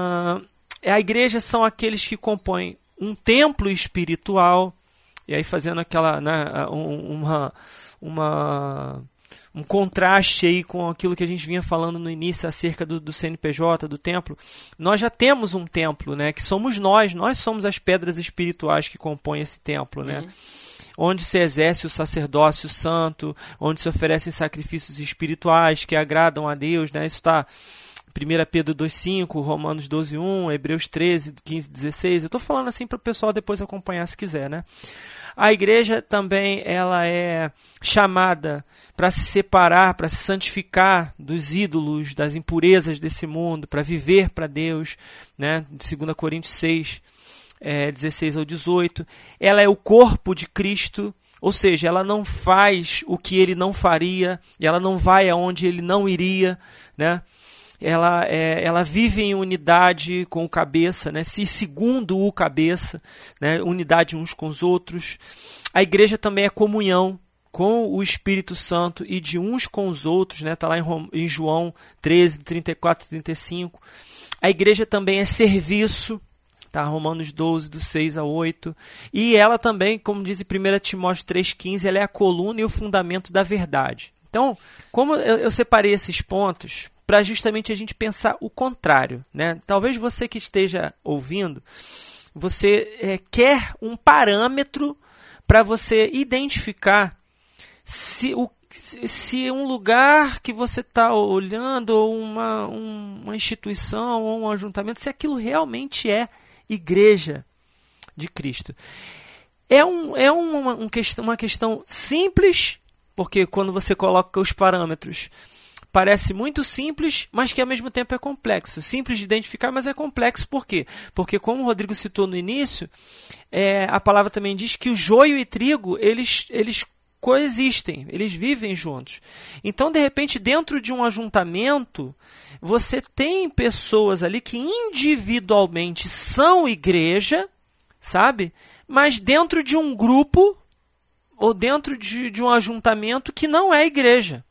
É, a igreja são aqueles que compõem um templo espiritual, e aí fazendo aquela, né, uma, uma, um contraste aí com aquilo que a gente vinha falando no início acerca do, do C N P J, do templo. Nós já temos um templo, né, que somos nós, nós somos as pedras espirituais que compõem esse templo, né? Uhum. Onde se exerce o sacerdócio santo, onde se oferecem sacrifícios espirituais que agradam a Deus, né? Isso está primeira Pedro dois, cinco, Romanos doze, um, Hebreus treze, quinze, dezesseis. Eu estou falando assim para o pessoal depois acompanhar se quiser, né? A igreja também ela é chamada para se separar, para se santificar dos ídolos, das impurezas desse mundo, para viver para Deus, né? segunda Coríntios seis, é, dezesseis ao dezoito. Ela é o corpo de Cristo, ou seja, ela não faz o que ele não faria, ela não vai aonde ele não iria, né? Ela, é, ela vive em unidade com o cabeça, né? Se segundo o cabeça, né? Unidade uns com os outros. A igreja também é comunhão com o Espírito Santo e de uns com os outros, né? Está lá em, em João treze, trinta e quatro e trinta e cinco. A igreja também é serviço, tá? Romanos doze, do seis a oito. E ela também, como diz em primeira Timóteo três, quinze, ela é a coluna e o fundamento da verdade. Então, como eu, eu separei esses pontos para justamente a gente pensar o contrário, né? Talvez você que esteja ouvindo, você é, quer um parâmetro para você identificar se, o, se um lugar que você está olhando, ou uma, uma instituição, ou um ajuntamento, se aquilo realmente é igreja de Cristo. É, um, é uma, um questão, uma questão simples, porque quando você coloca os parâmetros, parece muito simples, mas que ao mesmo tempo é complexo. Simples de identificar, mas é complexo. Por quê? Porque, como o Rodrigo citou no início, é, a palavra também diz que o joio e trigo, eles, eles coexistem, eles vivem juntos. Então, de repente, dentro de um ajuntamento, você tem pessoas ali que individualmente são igreja, sabe? Mas dentro de um grupo, ou dentro de, de um ajuntamento que não é igreja.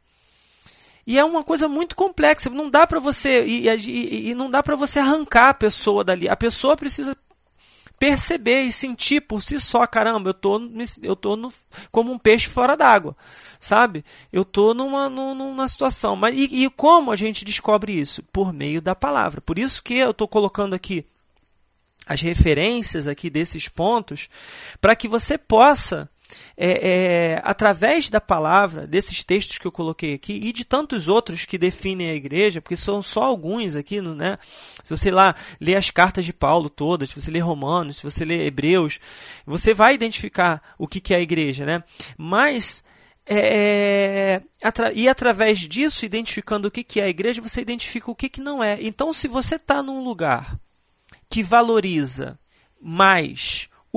E é uma coisa muito complexa, não dá para você e, e, e não dá para você arrancar a pessoa dali. A pessoa precisa perceber e sentir por si só, caramba, eu tô, eu tô no, como um peixe fora d'água, sabe? Eu tô numa, numa situação. Mas e, e como a gente descobre isso? Por meio da palavra. Por isso que eu estou colocando aqui as referências aqui desses pontos, para que você possa É, é, através da palavra, desses textos que eu coloquei aqui e de tantos outros que definem a igreja, porque são só alguns aqui, né? Se você lá ler as cartas de Paulo todas, se você ler Romanos, se você ler Hebreus, você vai identificar o que, que é a igreja, né? Mas é, atra- e através disso, identificando o que, que é a igreja, você identifica o que, que não é. Então, se você está num lugar que valoriza mais o,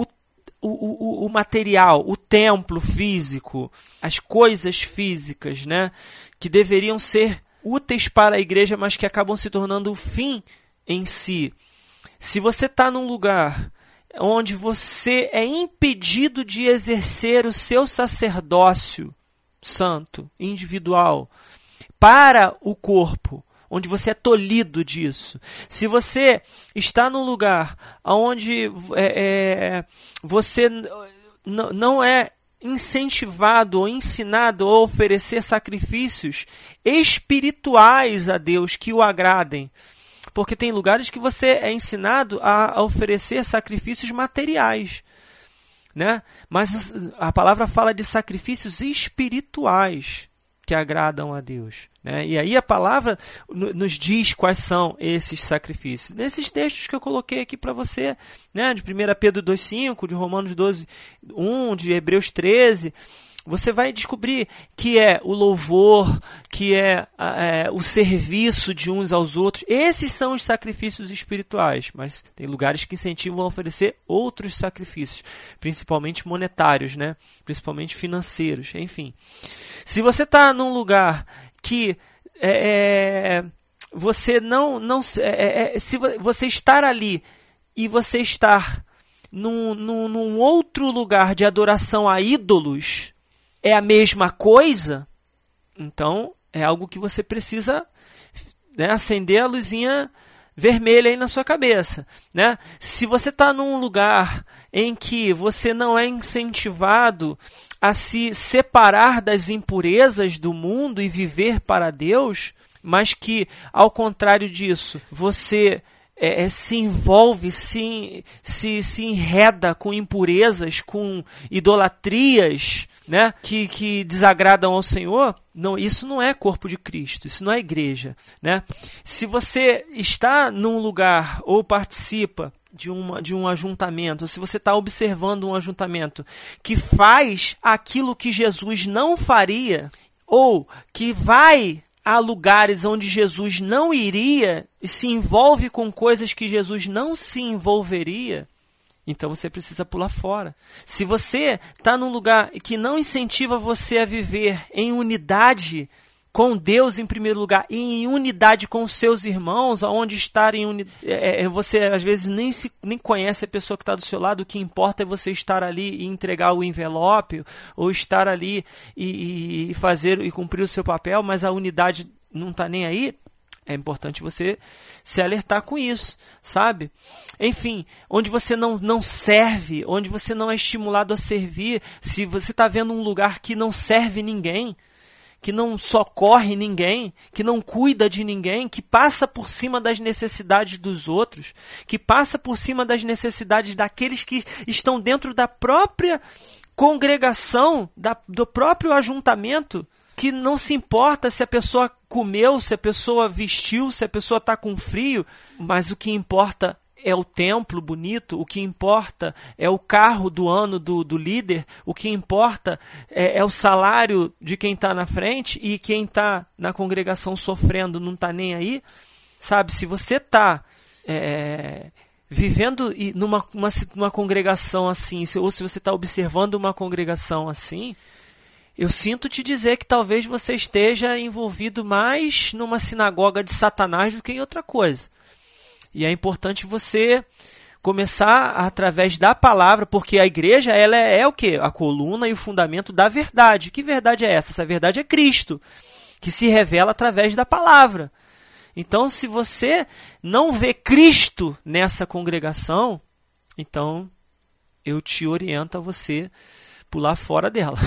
o, o, o material, o templo físico, as coisas físicas, né, que deveriam ser úteis para a igreja, mas que acabam se tornando o fim em si. Se você está num lugar onde você é impedido de exercer o seu sacerdócio santo, individual, para o corpo, onde você é tolhido disso. Se você está num lugar onde é, é, você n- não é incentivado ou ensinado a oferecer sacrifícios espirituais a Deus que o agradem, porque tem lugares que você é ensinado a oferecer sacrifícios materiais, né? Mas a palavra fala de sacrifícios espirituais que agradam a Deus, né? E aí a palavra nos diz quais são esses sacrifícios. Nesses textos que eu coloquei aqui para você, né? De primeira Pedro dois, cinco, de Romanos doze, um, de Hebreus treze, você vai descobrir que é o louvor, que é, é o serviço de uns aos outros. Esses são os sacrifícios espirituais, mas tem lugares que incentivam a oferecer outros sacrifícios, principalmente monetários, né? Principalmente financeiros, enfim. Se você está num lugar que é, você não... não é, é, se você estar ali e você estar num, num, num outro lugar de adoração a ídolos é a mesma coisa, então é algo que você precisa, né, acender a luzinha vermelha aí na sua cabeça, né? Se você está num lugar em que você não é incentivado a se separar das impurezas do mundo e viver para Deus, mas que, ao contrário disso, você é, é, se envolve, se, se, se enreda com impurezas, com idolatrias, né, que, que desagradam ao Senhor, não, isso não é corpo de Cristo, isso não é igreja, né? Se você está num lugar ou participa de, uma, de um ajuntamento, ou se você está observando um ajuntamento que faz aquilo que Jesus não faria, ou que vai a lugares onde Jesus não iria e se envolve com coisas que Jesus não se envolveria, então você precisa pular fora. Se você está num lugar que não incentiva você a viver em unidade com Deus em primeiro lugar e em unidade com os seus irmãos, aonde estar em unidade, é, você às vezes nem, se, nem conhece a pessoa que está do seu lado, o que importa é você estar ali e entregar o envelope, ou estar ali e, e fazer e cumprir o seu papel, mas a unidade não está nem aí. É importante você se alertar com isso, sabe? Enfim, onde você não, não serve, onde você não é estimulado a servir, se você está vendo um lugar que não serve ninguém, que não socorre ninguém, que não cuida de ninguém, que passa por cima das necessidades dos outros, que passa por cima das necessidades daqueles que estão dentro da própria congregação, da, do próprio ajuntamento, que não se importa se a pessoa comeu, se a pessoa vestiu, se a pessoa está com frio, mas o que importa é o templo bonito, o que importa é o carro do ano do, do líder, o que importa é, é o salário de quem está na frente, e quem está na congregação sofrendo não está nem aí, sabe? Se você está é, vivendo numa uma, uma congregação assim, ou se você está observando uma congregação assim, eu sinto te dizer que talvez você esteja envolvido mais numa sinagoga de Satanás do que em outra coisa. E é importante você começar através da palavra, porque a igreja ela é, é o quê? A coluna e o fundamento da verdade. Que verdade é essa? Essa verdade é Cristo, que se revela através da palavra. Então, se você não vê Cristo nessa congregação, então eu te oriento a você pular fora dela,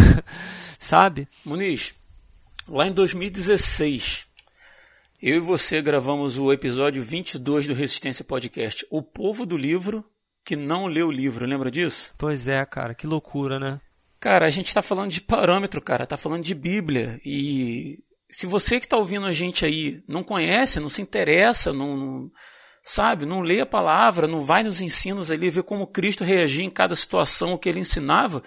sabe? Muniz, lá em dois mil e dezesseis, eu e você gravamos o episódio vinte e dois do Resistência Podcast, O Povo do Livro que Não Leu o Livro, lembra disso? Pois é, cara, que loucura, né? Cara, a gente está falando de parâmetro, cara, tá falando de Bíblia, e se você que está ouvindo a gente aí não conhece, não se interessa, não, não sabe, não lê a palavra, não vai nos ensinos ali, ver como Cristo reagia em cada situação, o que ele ensinava,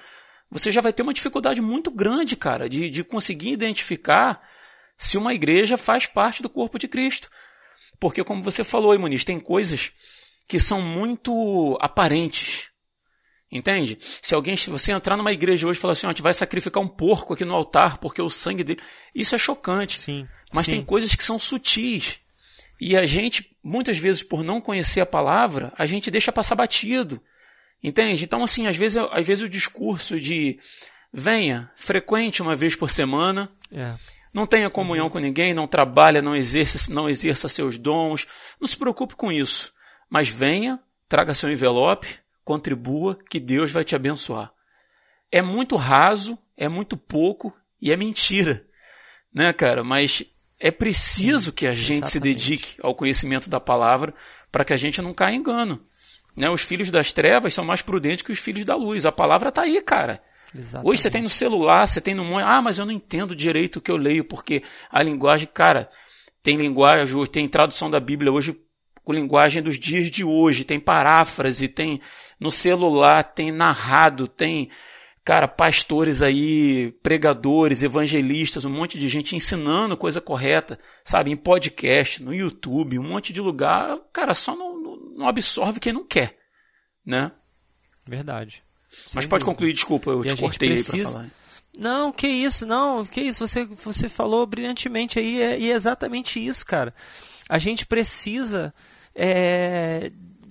você já vai ter uma dificuldade muito grande, cara, de, de conseguir identificar se uma igreja faz parte do corpo de Cristo. Porque, como você falou aí, Muniz, tem coisas que são muito aparentes. Entende? Se alguém, se você entrar numa igreja hoje e falar assim, ó, a gente vai sacrificar um porco aqui no altar porque o sangue dele... Isso é chocante. Sim, mas sim. tem coisas que são sutis. E a gente, muitas vezes, por não conhecer a palavra, a gente deixa passar batido. Entende? Então, assim, às vezes, às vezes o discurso de venha, frequente uma vez por semana, É. não tenha comunhão uhum. com ninguém, não trabalha, não exerça, não exerça seus dons, não se preocupe com isso. Mas venha, traga seu envelope, contribua, que Deus vai te abençoar. É muito raso, é muito pouco e é mentira, né, cara? Mas é preciso que a gente Exatamente. se dedique ao conhecimento da palavra para que a gente não caia em engano. Né? Os filhos das trevas são mais prudentes que os filhos da luz. A palavra está aí, cara. Exatamente. Hoje você tem no celular, você tem no... Ah, mas eu não entendo direito o que eu leio, porque a linguagem... Cara, tem linguagem, tem tradução da Bíblia hoje com linguagem dos dias de hoje, tem paráfrase, tem no celular, tem narrado, tem, cara, pastores aí, pregadores, evangelistas, um monte de gente ensinando coisa correta, sabe, em podcast, no YouTube, um monte de lugar, cara, só não, não absorve quem não quer, né? Verdade. Mas pode concluir, desculpa, eu te cortei precisa... aí pra falar. Não, que isso, não, que isso, você, você falou brilhantemente aí, e é exatamente isso, cara. A gente precisa é,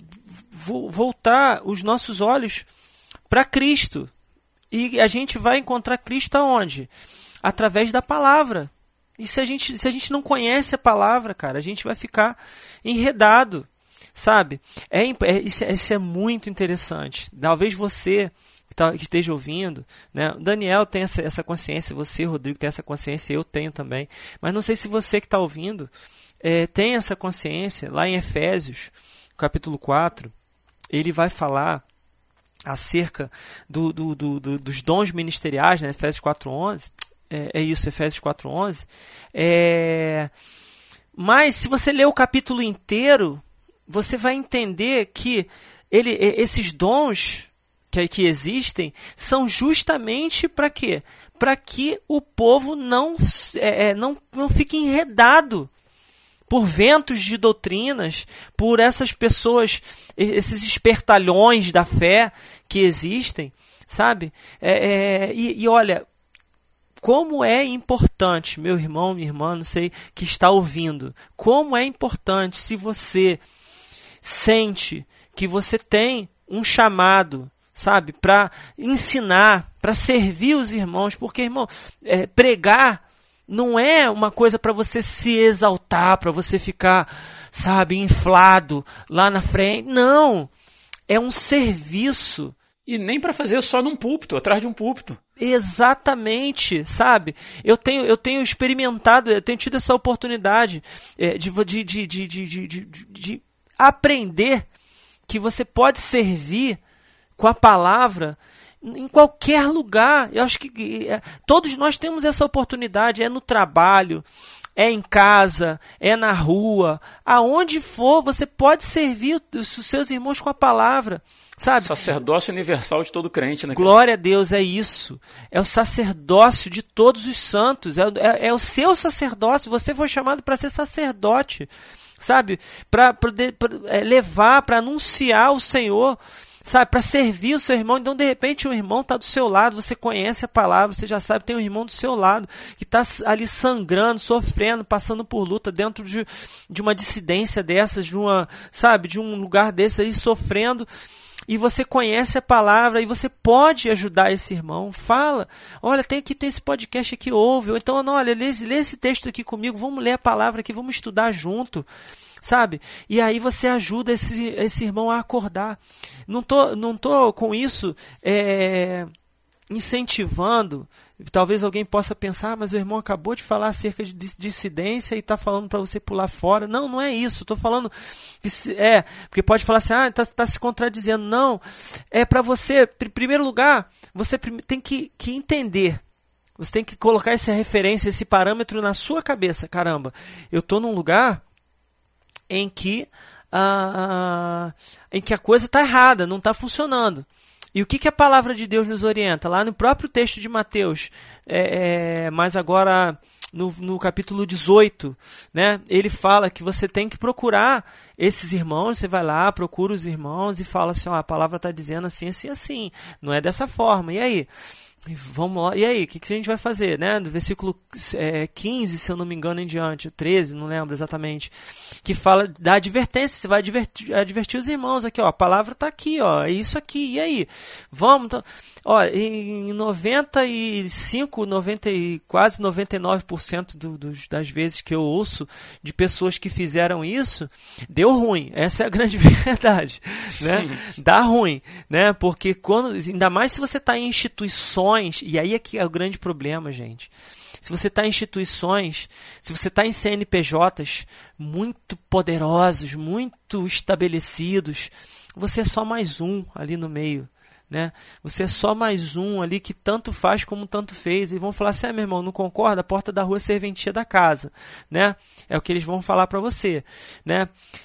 voltar os nossos olhos para Cristo. E a gente vai encontrar Cristo aonde? Através da palavra. E se a gente, se a gente não conhece a palavra, cara, a gente vai ficar enredado, sabe? É, é, isso, é, isso é muito interessante. Talvez você que esteja ouvindo, né? O Daniel tem essa, essa consciência, você, Rodrigo, tem essa consciência, eu tenho também. Mas não sei se você que está ouvindo é, tem essa consciência. Lá em Efésios, capítulo quatro, ele vai falar acerca do, do, do, do, dos dons ministeriais, né? Efésios quatro, onze. É, é isso, Efésios quatro, onze. É... Mas, se você ler o capítulo inteiro, você vai entender que ele, esses dons que, que existem são justamente para quê? Para que o povo não, é, não, não fique enredado por ventos de doutrinas, por essas pessoas, esses espertalhões da fé que existem, sabe? É, é, e, e olha, como é importante, meu irmão, minha irmã, não sei, que está ouvindo, como é importante se você sente que você tem um chamado, sabe, para ensinar, para servir os irmãos, porque, irmão, é, pregar não é uma coisa para você se exaltar, para você ficar, sabe, inflado lá na frente. Não, é um serviço. E nem para fazer só num púlpito, atrás de um púlpito. Exatamente, sabe? Eu tenho, eu tenho experimentado, eu tenho tido essa oportunidade é, de, de, de, de, de, de, de, de aprender que você pode servir com a palavra em qualquer lugar. Eu acho que é, todos nós temos essa oportunidade, é no trabalho, é em casa, é na rua, aonde for, você pode servir os seus irmãos com a palavra, sabe? Sacerdócio universal de todo crente, né? Glória a Deus, é isso. É o sacerdócio de todos os santos, é, é, é o seu sacerdócio, você foi chamado para ser sacerdote, sabe? Para é, levar, para anunciar o Senhor, sabe, para servir o seu irmão. Então, de repente, o irmão está do seu lado, você conhece a palavra, você já sabe, tem um irmão do seu lado que está ali sangrando, sofrendo, passando por luta dentro de, de uma dissidência dessas, de uma, sabe, de um lugar desse aí, sofrendo, e você conhece a palavra e você pode ajudar esse irmão. Fala, olha, tem que ter esse podcast aqui, ouve, ou então, não, olha, lê, lê esse texto aqui comigo, vamos ler a palavra aqui, vamos estudar junto, sabe? E aí você ajuda esse, esse irmão a acordar. Não tô, não tô com isso é, incentivando. Talvez alguém possa pensar, ah, mas o irmão acabou de falar acerca de dissidência e está falando para você pular fora. Não, não é isso. Estou falando que é, porque pode falar assim, ah, está tá se contradizendo. Não, é para você, em primeiro lugar, você tem que, que entender. Você tem que colocar essa referência, esse parâmetro na sua cabeça. Caramba, eu estou num lugar em que, ah, em que a coisa está errada, não está funcionando. E o que, que a palavra de Deus nos orienta? Lá no próprio texto de Mateus, é, é, mas agora no, no capítulo dezoito, né, ele fala que você tem que procurar esses irmãos, você vai lá, procura os irmãos e fala assim, ó, a palavra está dizendo assim, assim, assim, não é dessa forma, e aí? Vamos lá. E aí, o que, que a gente vai fazer? Né? Do versículo é, quinze, se eu não me engano, em diante, treze, não lembro exatamente, que fala da advertência, você vai advertir, advertir os irmãos aqui, ó, a palavra está aqui, ó, é isso aqui, e aí? Vamos, então, ó, em noventa e cinco, noventa e, quase noventa e nove por cento do, dos, das vezes que eu ouço de pessoas que fizeram isso, deu ruim, essa é a grande verdade, né? Dá ruim, né? Porque quando, ainda mais se você está em instituições, e aí é que é o grande problema, gente. Se você está em instituições, se você está em C N P Js muito poderosos, muito estabelecidos, você é só mais um ali no meio, né? Você é só mais um ali que tanto faz como tanto fez. E vão falar assim, ah, meu irmão, não concorda? A porta da rua é serventia da casa, né? É o que eles vão falar para você, né?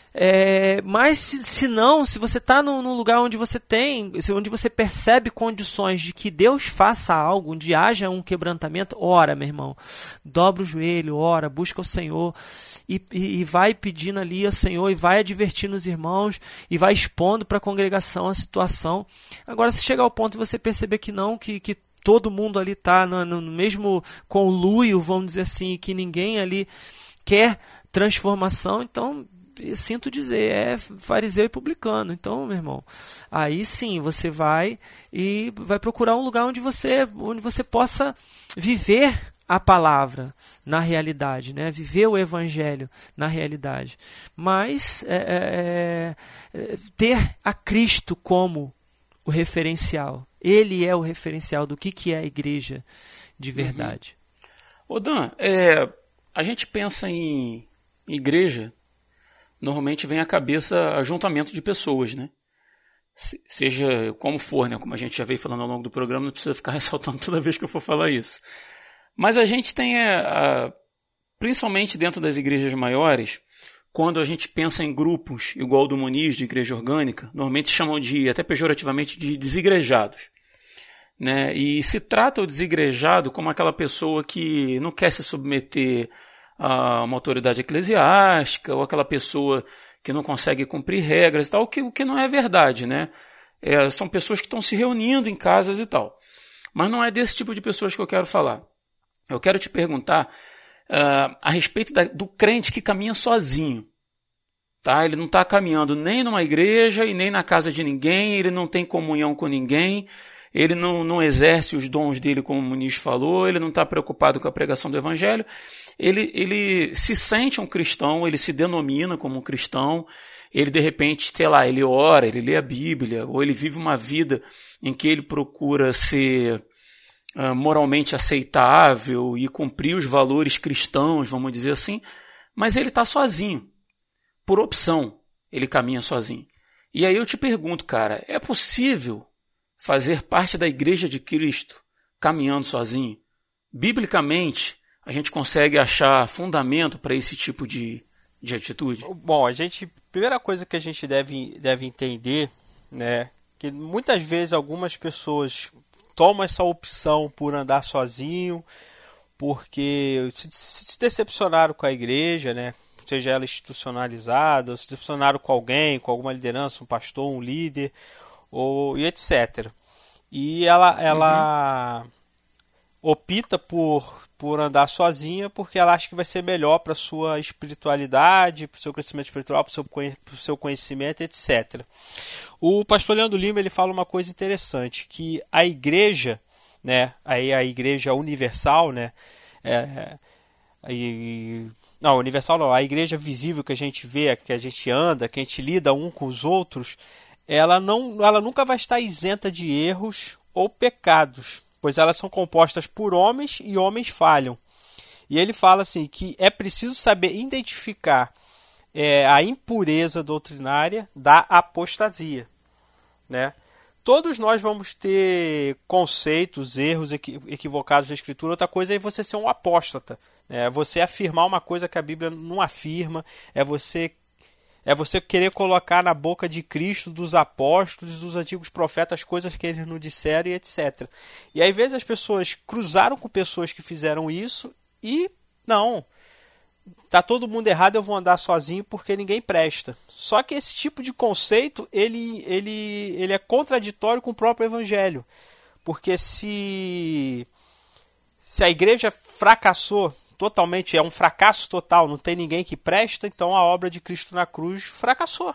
É, mas se, se não, se você está num, num lugar onde você tem, onde você percebe condições de que Deus faça algo, onde haja um quebrantamento, ora, meu irmão, dobra o joelho, ora, busca o Senhor e, e, e vai pedindo ali ao Senhor e vai advertindo os irmãos e vai expondo para a congregação a situação. Agora, se chegar ao ponto de você perceber que não, que, que todo mundo ali está no, no mesmo conluio, vamos dizer assim, que ninguém ali quer transformação, então sinto dizer, é fariseu e publicano. Então, meu irmão, aí sim você vai e vai procurar um lugar onde você, onde você possa viver a palavra na realidade, né? Viver o evangelho na realidade. Mas é, é, é, ter a Cristo como o referencial. Ele é o referencial do que, que é a igreja de verdade. Uhum. Ô Dan, é, a gente pensa em igreja, normalmente vem à cabeça ajuntamento de pessoas, né? Se, seja como for, né? Como a gente já veio falando ao longo do programa, não precisa ficar ressaltando toda vez que eu for falar isso. Mas a gente tem, a, a, principalmente dentro das igrejas maiores, quando a gente pensa em grupos, igual o do Muniz, de igreja orgânica, normalmente chamam de, até pejorativamente, de desigrejados. Né? E se trata o desigrejado como aquela pessoa que não quer se submeter a uma autoridade eclesiástica, ou aquela pessoa que não consegue cumprir regras e tal, o que, o que não é verdade, né? É, são pessoas que estão se reunindo em casas e tal. Mas não é desse tipo de pessoas que eu quero falar. Eu quero te perguntar uh, a respeito da, do crente que caminha sozinho. Tá? Ele não está caminhando nem numa igreja e nem na casa de ninguém, ele não tem comunhão com ninguém, ele não, não exerce os dons dele, como o Muniz falou, ele não está preocupado com a pregação do evangelho. Ele, ele se sente um cristão, ele se denomina como um cristão, ele de repente, sei lá, ele ora, ele lê a Bíblia, ou ele vive uma vida em que ele procura ser uh, moralmente aceitável e cumprir os valores cristãos, vamos dizer assim, mas ele está sozinho, por opção, ele caminha sozinho. E aí eu te pergunto, cara, é possível fazer parte da Igreja de Cristo caminhando sozinho? Biblicamente, a gente consegue achar fundamento para esse tipo de, de atitude? Bom, a gente, primeira coisa que a gente deve, deve entender, né, que muitas vezes algumas pessoas tomam essa opção por andar sozinho, porque se, se decepcionaram com a igreja, né, seja ela institucionalizada, se decepcionaram com alguém, com alguma liderança, um pastor, um líder, ou, e etcétera. E ela, ela uhum. opta por por andar sozinha, porque ela acha que vai ser melhor para a sua espiritualidade, para o seu crescimento espiritual, para o seu conhecimento, etcétera. O pastor Leandro Lima ele fala uma coisa interessante, que a igreja, né, aí a igreja universal, né, é, e, não, universal não, a igreja visível que a gente vê, que a gente anda, que a gente lida um com os outros, ela, não, ela nunca vai estar isenta de erros ou pecados, pois elas são compostas por homens e homens falham. E ele fala assim que é preciso saber identificar é, a impureza doutrinária da apostasia, né? Todos nós vamos ter conceitos, erros equivocados da Escritura. Outra coisa é você ser um apóstata, né? É você afirmar uma coisa que a Bíblia não afirma, é você É você querer colocar na boca de Cristo, dos apóstolos, dos antigos profetas, coisas que eles não disseram e etcétera. E às vezes as pessoas cruzaram com pessoas que fizeram isso e não, tá todo mundo errado, eu vou andar sozinho porque ninguém presta. Só que esse tipo de conceito, ele, ele, ele é contraditório com o próprio Evangelho. Porque se, se a igreja fracassou totalmente, é um fracasso total, não tem ninguém que presta, então a obra de Cristo na cruz fracassou.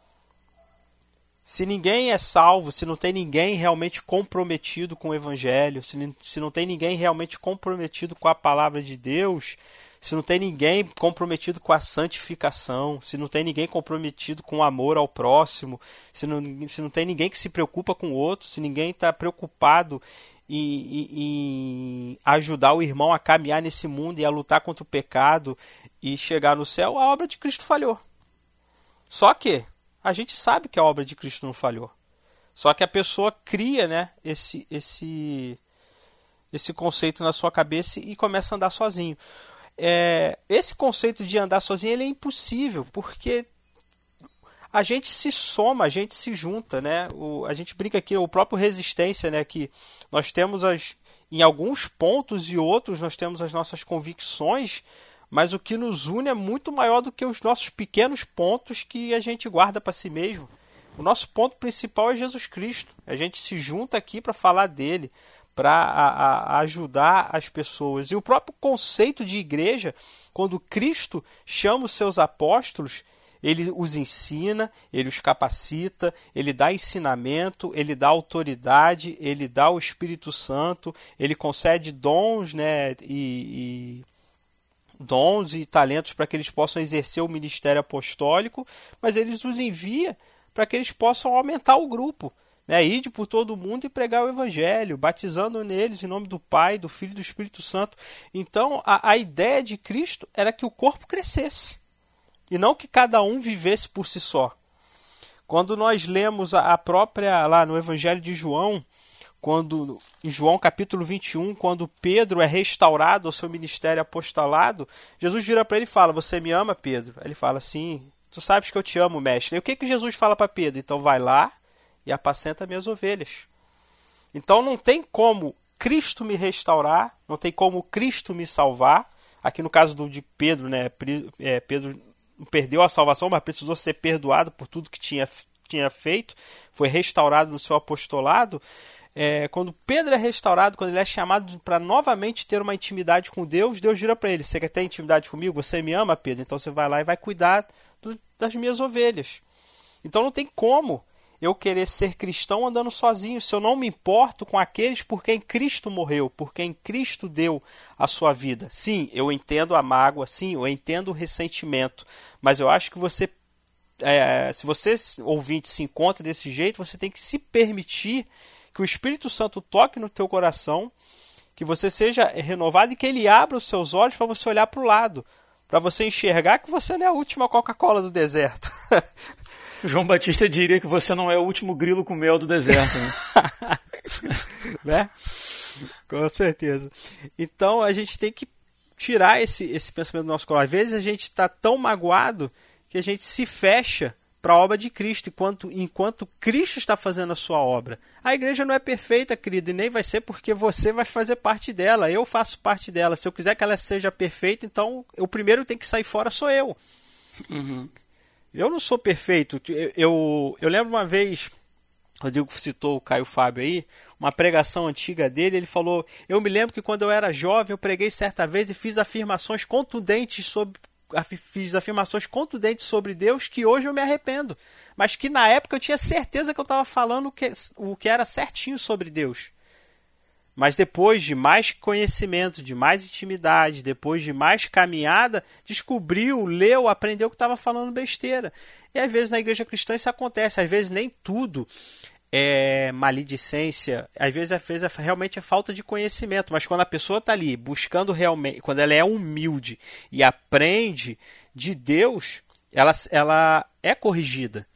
Se ninguém é salvo, se não tem ninguém realmente comprometido com o Evangelho, se, se não tem ninguém realmente comprometido com a palavra de Deus, se não tem ninguém comprometido com a santificação, se não tem ninguém comprometido com o amor ao próximo, se não, se não tem ninguém que se preocupa com o outro, se ninguém está preocupado em, em, em ajudar o irmão a caminhar nesse mundo e a lutar contra o pecado e chegar no céu, a obra de Cristo falhou. Só que a gente sabe que a obra de Cristo não falhou. Só que a pessoa cria, né, esse, esse, esse conceito na sua cabeça e começa a andar sozinho. É, esse conceito de andar sozinho ele é impossível, porque a gente se soma, a gente se junta, né? O, a gente brinca aqui, o próprio Resistência, né? Que nós temos as, em alguns pontos e outros nós temos as nossas convicções, mas o que nos une é muito maior do que os nossos pequenos pontos que a gente guarda para si mesmo. O nosso ponto principal é Jesus Cristo. A gente se junta aqui para falar dele, para ajudar as pessoas. E o próprio conceito de igreja, quando Cristo chama os seus apóstolos, ele os ensina, ele os capacita, ele dá ensinamento, ele dá autoridade, ele dá o Espírito Santo, ele concede dons, né, e, e dons e talentos para que eles possam exercer o ministério apostólico, mas ele os envia para que eles possam aumentar o grupo, né, ide por todo mundo e pregar o Evangelho, batizando neles em nome do Pai, do Filho e do Espírito Santo. Então, a, a ideia de Cristo era que o corpo crescesse, e não que cada um vivesse por si só. Quando nós lemos a, a própria, lá no Evangelho de João, quando, em João capítulo vinte e um, quando Pedro é restaurado ao seu ministério apostolado, Jesus vira para ele e fala: você me ama, Pedro? Ele fala: sim, tu sabes que eu te amo, mestre. E o que, que Jesus fala para Pedro? Então vai lá e apacenta minhas ovelhas. Então não tem como Cristo me restaurar, não tem como Cristo me salvar. Aqui no caso do, de Pedro, né, Pedro perdeu a salvação, mas precisou ser perdoado por tudo que tinha, tinha feito, foi restaurado no seu apostolado. É, quando Pedro é restaurado, quando ele é chamado para novamente ter uma intimidade com Deus, Deus vira para ele: você quer ter intimidade comigo? Você me ama, Pedro? Então você vai lá e vai cuidar do, das minhas ovelhas. Então não tem como eu querer ser cristão andando sozinho, se eu não me importo com aqueles por quem Cristo morreu, por quem Cristo deu a sua vida. Sim, eu entendo a mágoa, sim, eu entendo o ressentimento, mas eu acho que você, é, se você, ouvinte, se encontra desse jeito, você tem que se permitir que o Espírito Santo toque no teu coração, que você seja renovado e que ele abra os seus olhos para você olhar para o lado, para você enxergar que você não é a última Coca-Cola do deserto. João Batista diria que você não é o último grilo com mel do deserto, né? Né? Com certeza. Então a gente tem que tirar esse, esse pensamento do nosso coração. Às vezes a gente está tão magoado que a gente se fecha para a obra de Cristo, enquanto, enquanto Cristo está fazendo a sua obra. A igreja não é perfeita, querido, e nem vai ser, porque você vai fazer parte dela, eu faço parte dela. Se eu quiser que ela seja perfeita, então o primeiro tem que sair fora sou eu. Uhum. Eu não sou perfeito. Eu, eu, eu lembro uma vez, o Rodrigo citou o Caio Fábio aí, uma pregação antiga dele, ele falou: eu me lembro que quando eu era jovem, eu preguei certa vez e fiz afirmações contundentes sobre, fiz afirmações contundentes sobre Deus que hoje eu me arrependo. Mas que na época eu tinha certeza que eu estava falando o que, o que era certinho sobre Deus. Mas depois de mais conhecimento, de mais intimidade, depois de mais caminhada, descobriu, leu, aprendeu que estava falando besteira. E às vezes na igreja cristã isso acontece. Às vezes nem tudo é maledicência. Às vezes, às vezes é, realmente é falta de conhecimento. Mas quando a pessoa está ali buscando realmente, quando ela é humilde e aprende de Deus, ela, ela é corrigida.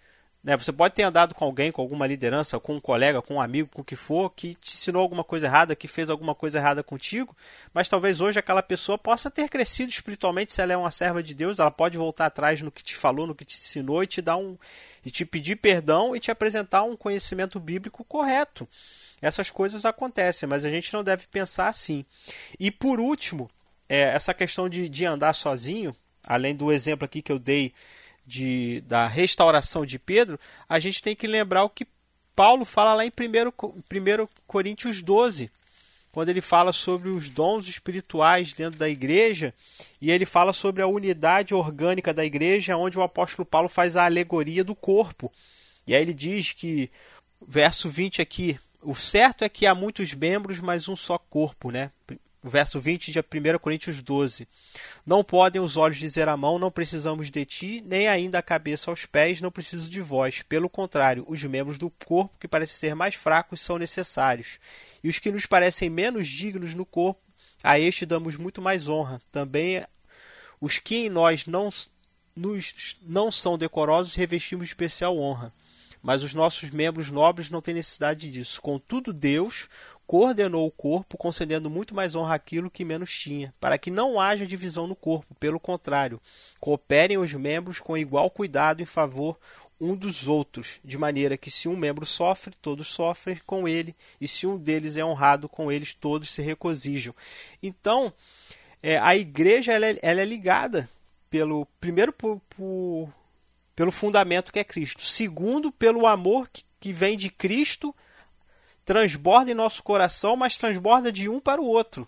Né? Você pode ter andado com alguém, com alguma liderança, com um colega, com um amigo, com o que for, que te ensinou alguma coisa errada, que fez alguma coisa errada contigo, mas talvez hoje aquela pessoa possa ter crescido espiritualmente. Se ela é uma serva de Deus, ela pode voltar atrás no que te falou, no que te ensinou e te dar um, e te pedir perdão e te apresentar um conhecimento bíblico correto. Essas coisas acontecem, mas a gente não deve pensar assim. E por último, é, essa questão de, de andar sozinho, além do exemplo aqui que eu dei De, da restauração de Pedro, a gente tem que lembrar o que Paulo fala lá em primeiro Coríntios doze, quando ele fala sobre os dons espirituais dentro da igreja, e ele fala sobre a unidade orgânica da igreja, onde o apóstolo Paulo faz a alegoria do corpo. E aí ele diz que, verso vinte aqui, o certo é que há muitos membros, mas um só corpo, né? O verso vinte de primeiro Coríntios doze. Não podem os olhos dizer à mão, não precisamos de ti, nem ainda a cabeça aos pés, não preciso de vós. Pelo contrário, os membros do corpo, que parecem ser mais fracos, são necessários. E os que nos parecem menos dignos no corpo, a este damos muito mais honra. Também os que em nós não, nos, não são decorosos, revestimos especial honra. Mas os nossos membros nobres não têm necessidade disso. Contudo, Deus coordenou o corpo, concedendo muito mais honra àquilo que menos tinha, para que não haja divisão no corpo. Pelo contrário, cooperem os membros com igual cuidado em favor um dos outros, de maneira que se um membro sofre, todos sofrem com ele, e se um deles é honrado, com eles todos se regozijam. Então, é, a igreja ela é, ela é ligada, pelo primeiro, por, por, pelo fundamento que é Cristo. Segundo, pelo amor que, que vem de Cristo, transborda em nosso coração, mas transborda de um para o outro.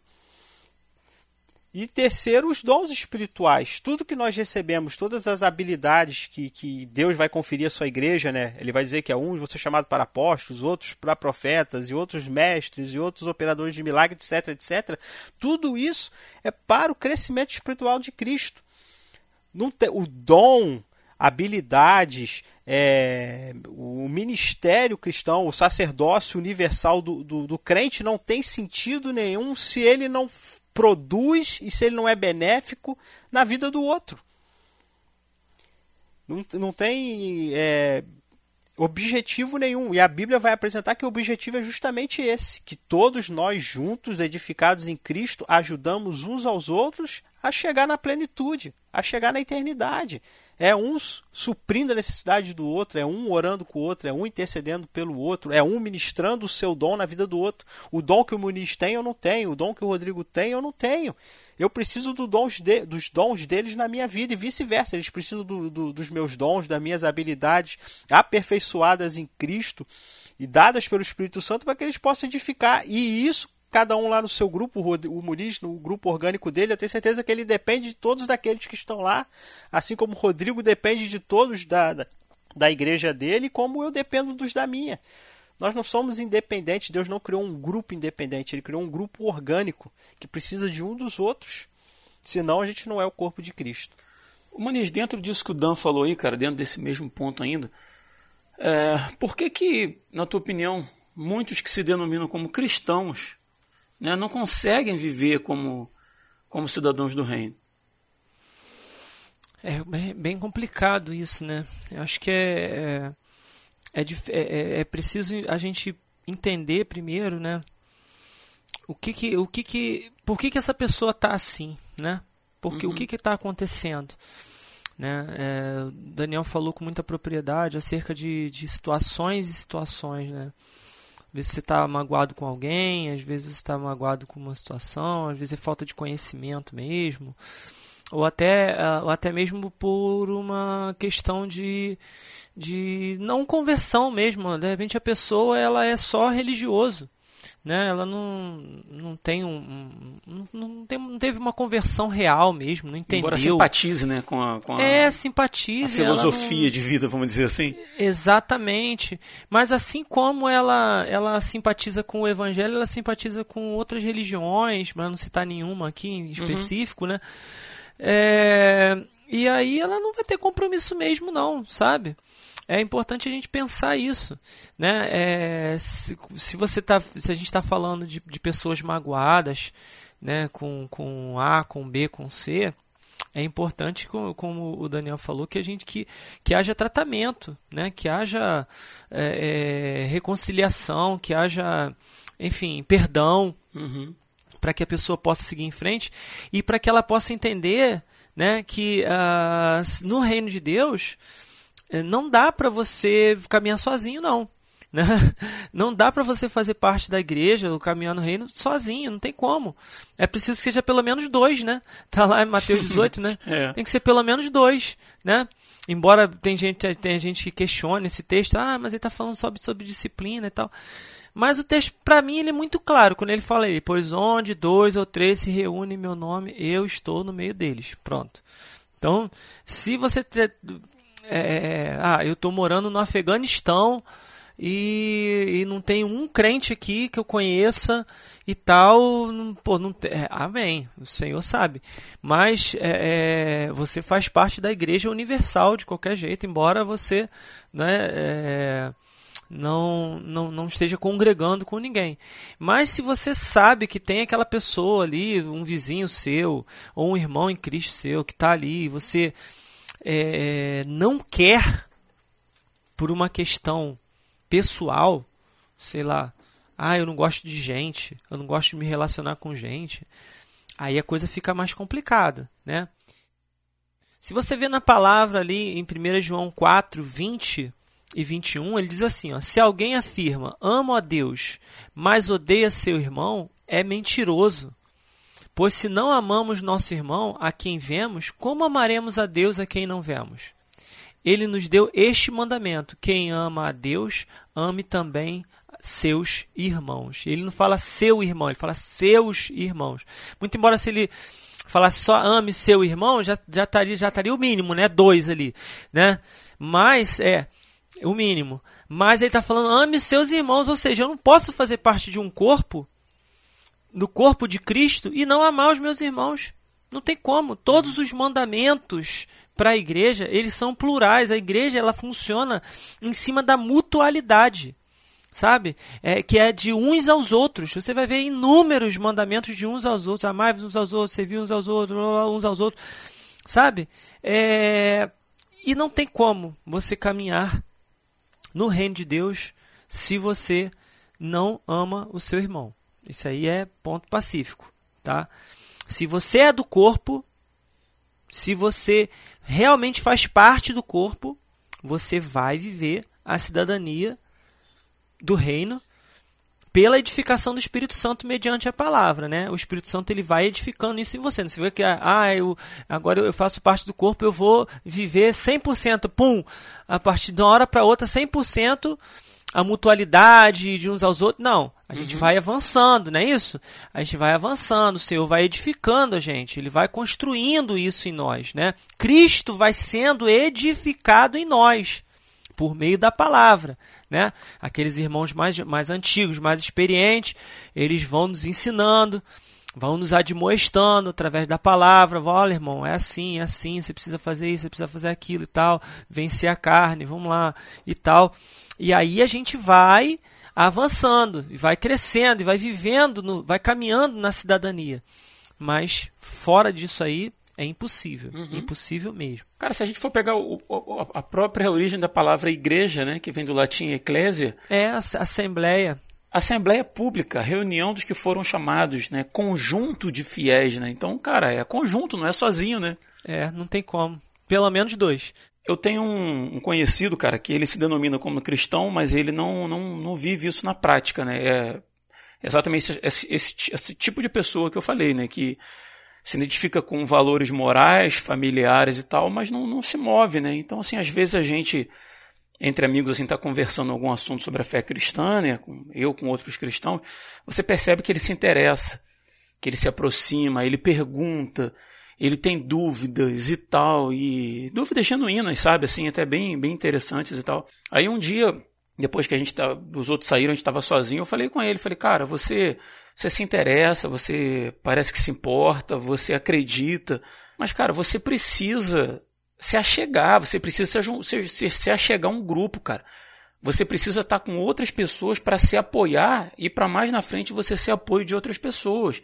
E terceiro, os dons espirituais. Tudo que nós recebemos, todas as habilidades que, que Deus vai conferir à sua igreja, né? Ele vai dizer que a uns vão ser chamados para apóstolos, outros para profetas, e outros mestres, e outros operadores de milagre, etc, etcétera. Tudo isso é para o crescimento espiritual de Cristo. Não tem, o dom, habilidades, é, o ministério cristão, o sacerdócio universal do, do, do crente não tem sentido nenhum se ele não produz e se ele não é benéfico na vida do outro. Não, não tem é, objetivo nenhum. E a Bíblia vai apresentar que o objetivo é justamente esse, que todos nós juntos, edificados em Cristo, ajudamos uns aos outros a chegar na plenitude, a chegar na eternidade. É um suprindo a necessidade do outro, é um orando com o outro, é um intercedendo pelo outro, é um ministrando o seu dom na vida do outro. O dom que o Muniz tem, eu não tenho. O dom que o Rodrigo tem, eu não tenho. Eu preciso do dons de, dos dons deles na minha vida e vice-versa. Eles precisam do, do, dos meus dons, das minhas habilidades aperfeiçoadas em Cristo e dadas pelo Espírito Santo para que eles possam edificar. E isso, cada um lá no seu grupo, o Muniz no grupo orgânico dele, eu tenho certeza que ele depende de todos daqueles que estão lá, assim como o Rodrigo depende de todos da, da, da igreja dele, como eu dependo dos da minha. Nós não somos independentes, Deus não criou um grupo independente, Ele criou um grupo orgânico que precisa de um dos outros, senão a gente não é o corpo de Cristo. O Muniz, dentro disso que o Dan falou aí, cara, dentro desse mesmo ponto ainda, é, por que que, na tua opinião, muitos que se denominam como cristãos, né, não conseguem viver como, como cidadãos do reino? É bem complicado isso, né? Eu acho que é, é, é, é preciso a gente entender primeiro, né? O que que, o que, que, por que que essa pessoa está assim, né? Porque, uhum. O que que está acontecendo? Né? É, o Daniel falou com muita propriedade acerca de, de situações e situações, né? Às vezes você está magoado com alguém, às vezes você está magoado com uma situação, às vezes é falta de conhecimento mesmo, ou até, ou até mesmo por uma questão de, de não conversão mesmo. De repente a pessoa ela é só religioso, né? Ela não, não tem um, um não, tem, não teve uma conversão real mesmo, não entendeu. Embora simpatize, né, com a, com a, é, simpatize, a filosofia não... de vida, vamos dizer assim. Exatamente. Mas assim como ela, ela simpatiza com o evangelho, ela simpatiza com outras religiões, para não citar nenhuma aqui em específico, uhum. né? É... E aí ela não vai ter compromisso mesmo não, sabe? É importante a gente pensar isso, né? É, se, se, você tá, se a gente está falando de, de pessoas magoadas, né? com, com A, com B, com C, é importante, como o Daniel falou, que a gente que, que haja tratamento, né? Que haja é, é, reconciliação, que haja, enfim, perdão, uhum. para que a pessoa possa seguir em frente e para que ela possa entender, né, que uh, no reino de Deus não dá para você caminhar sozinho, não. Né? Não dá para você fazer parte da igreja ou caminhar no reino sozinho, não tem como. É preciso que seja pelo menos dois, né? Tá lá em Mateus dezoito, né? É. Tem que ser pelo menos dois, né? Embora tem gente, tem gente que questione esse texto, ah, mas ele está falando sobre, sobre disciplina e tal. Mas o texto, para mim, ele é muito claro quando ele fala aí, pois onde dois ou três se reúnem em meu nome, eu estou no meio deles. Pronto. Então, se você... Te, é, ah, eu estou morando no Afeganistão e, e não tem um crente aqui que eu conheça e tal, não, pô, não tem, é, amém, o Senhor sabe. Mas é, é, você faz parte da igreja universal de qualquer jeito, embora você, né, é, não, não, não esteja congregando com ninguém. Mas se você sabe que tem aquela pessoa ali, um vizinho seu, ou um irmão em Cristo seu, que está ali, e você é, não quer, por uma questão pessoal, sei lá, ah, eu não gosto de gente, eu não gosto de me relacionar com gente, aí a coisa fica mais complicada, né? Se você vê na palavra ali em primeira João quatro, vinte e vinte e um, ele diz assim, ó, se alguém afirma, amo a Deus, mas odeia seu irmão, é mentiroso. Pois se não amamos nosso irmão, a quem vemos, como amaremos a Deus a quem não vemos? Ele nos deu este mandamento, quem ama a Deus, ame também seus irmãos. Ele não fala seu irmão, ele fala seus irmãos. Muito embora se ele falasse só ame seu irmão, já, já, estaria, já estaria o mínimo, né? Dois ali, né? Mas, é, o mínimo. Mas ele está falando ame seus irmãos, ou seja, eu não posso fazer parte de um corpo, do corpo de Cristo, e não amar os meus irmãos. Não tem como. Todos os mandamentos para a igreja, eles são plurais. A igreja, ela funciona em cima da mutualidade, sabe? É, que é de uns aos outros. Você vai ver inúmeros mandamentos de uns aos outros. Amai uns aos outros, servir uns aos outros, uns aos outros, sabe? É, e não tem como você caminhar no reino de Deus se você não ama o seu irmão. Isso aí é ponto pacífico, tá? Se você é do corpo, se você realmente faz parte do corpo, você vai viver a cidadania do reino pela edificação do Espírito Santo mediante a palavra, né? O Espírito Santo ele vai edificando isso em você. Não se vê que ah, eu, agora eu faço parte do corpo, eu vou viver cem por cento, pum, a partir de uma hora para outra, cem por cento a mutualidade de uns aos outros. Não, a uhum. gente vai avançando, não é isso? A gente vai avançando, o Senhor vai edificando a gente, Ele vai construindo isso em nós, né? Cristo vai sendo edificado em nós, por meio da palavra, né? Aqueles irmãos mais, mais antigos, mais experientes, eles vão nos ensinando, vão nos admoestando através da palavra. Olha, irmão, é assim, é assim, você precisa fazer isso, você precisa fazer aquilo e tal, vencer a carne, vamos lá e tal. E aí a gente vai avançando, e vai crescendo, e vai vivendo, no, vai caminhando na cidadania. Mas fora disso aí é impossível, uhum. impossível mesmo. Cara, se a gente for pegar o, o, a própria origem da palavra igreja, né, que vem do latim eclésia... É, a assembleia. Assembleia pública, reunião dos que foram chamados, né, conjunto de fiéis, né? Então, cara, é conjunto, não é sozinho, né? É, não tem como. Pelo menos dois. Eu tenho um, um conhecido, cara, que ele se denomina como cristão, mas ele não, não, não vive isso na prática, né? É exatamente esse, esse, esse tipo de pessoa que eu falei, né? Que se identifica com valores morais, familiares e tal, mas não, não se move, né? Então, assim, às vezes a gente, entre amigos, assim, tá conversando algum assunto sobre a fé cristã, né? Eu com outros cristãos, você percebe que ele se interessa, que ele se aproxima, ele pergunta, ele tem dúvidas e tal, e dúvidas genuínas, sabe, assim, até bem, bem interessantes e tal. Aí um dia, depois que a gente tá, os outros saíram, a gente estava sozinho, eu falei com ele, falei, cara, você, você se interessa, você parece que se importa, você acredita, mas, cara, você precisa se achegar, você precisa se, se, se achegar a um grupo, cara. Você precisa estar com outras pessoas para se apoiar e para mais na frente você ser apoio de outras pessoas.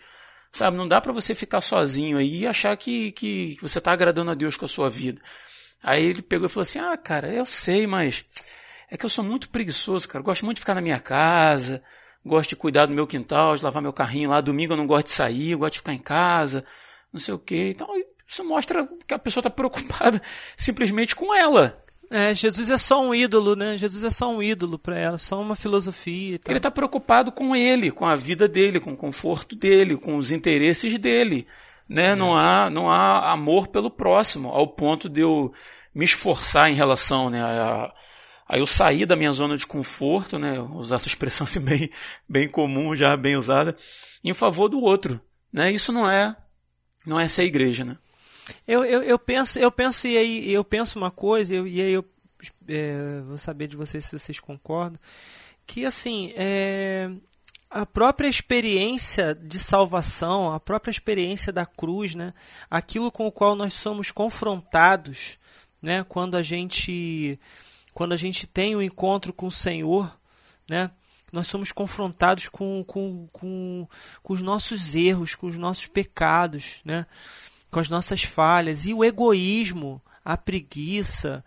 Sabe, não dá para você ficar sozinho aí e achar que, que você está agradando a Deus com a sua vida. Aí ele pegou e falou assim, ah, cara, eu sei, mas é que eu sou muito preguiçoso, cara. Eu gosto muito de ficar na minha casa, gosto de cuidar do meu quintal, de lavar meu carrinho lá. Domingo eu não gosto de sair, eu gosto de ficar em casa, não sei o quê. Então isso mostra que a pessoa está preocupada simplesmente com ela. É, Jesus é só um ídolo, né? Jesus é só um ídolo para ela, só uma filosofia e tal. Ele está preocupado com ele, com a vida dele, com o conforto dele, com os interesses dele. Né? É. Não há, não há amor pelo próximo, ao ponto de eu me esforçar em relação, né, a, a eu sair da minha zona de conforto, né, usar essa expressão assim bem, bem comum, já bem usada, em favor do outro. Né? Isso não é, não é ser igreja, né? Eu, eu, eu penso, eu penso e aí eu penso uma coisa, eu, e aí eu é, vou saber de vocês se vocês concordam, que assim, é, a própria experiência de salvação, a própria experiência da cruz, né, aquilo com o qual nós somos confrontados, né, quando a gente, quando a gente tem um encontro com o Senhor, né, nós somos confrontados com, com, com, com os nossos erros, com os nossos pecados, né, com as nossas falhas, e o egoísmo, a preguiça,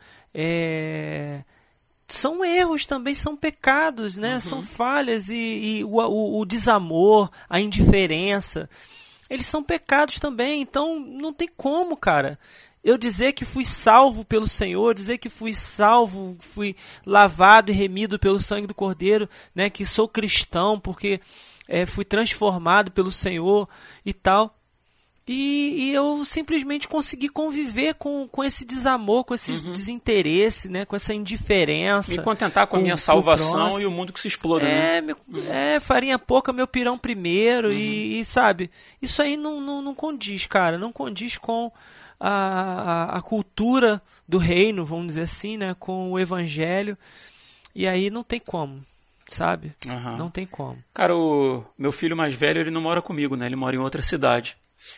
é... são erros também, são pecados, né? Uhum. São falhas, e, e o, o, o desamor, a indiferença, eles são pecados também. Então não tem como, cara, eu dizer que fui salvo pelo Senhor, dizer que fui salvo, fui lavado e remido pelo sangue do Cordeiro, né? Que sou cristão porque é, fui transformado pelo Senhor e tal. E, e eu simplesmente consegui conviver com, com esse desamor, com esse uhum. desinteresse, né, com essa indiferença. Me contentar com, com a minha salvação e o mundo que se exploda. É, né? meu, uhum. é farinha pouca, meu pirão primeiro. Uhum. E, e, sabe, isso aí não, não, não condiz, cara. Não condiz com a, a, a cultura do reino, vamos dizer assim, né, com o evangelho. E aí não tem como, sabe? Uhum. Não tem como. Cara, o meu filho mais velho, ele não mora comigo, né? Ele mora em outra cidade.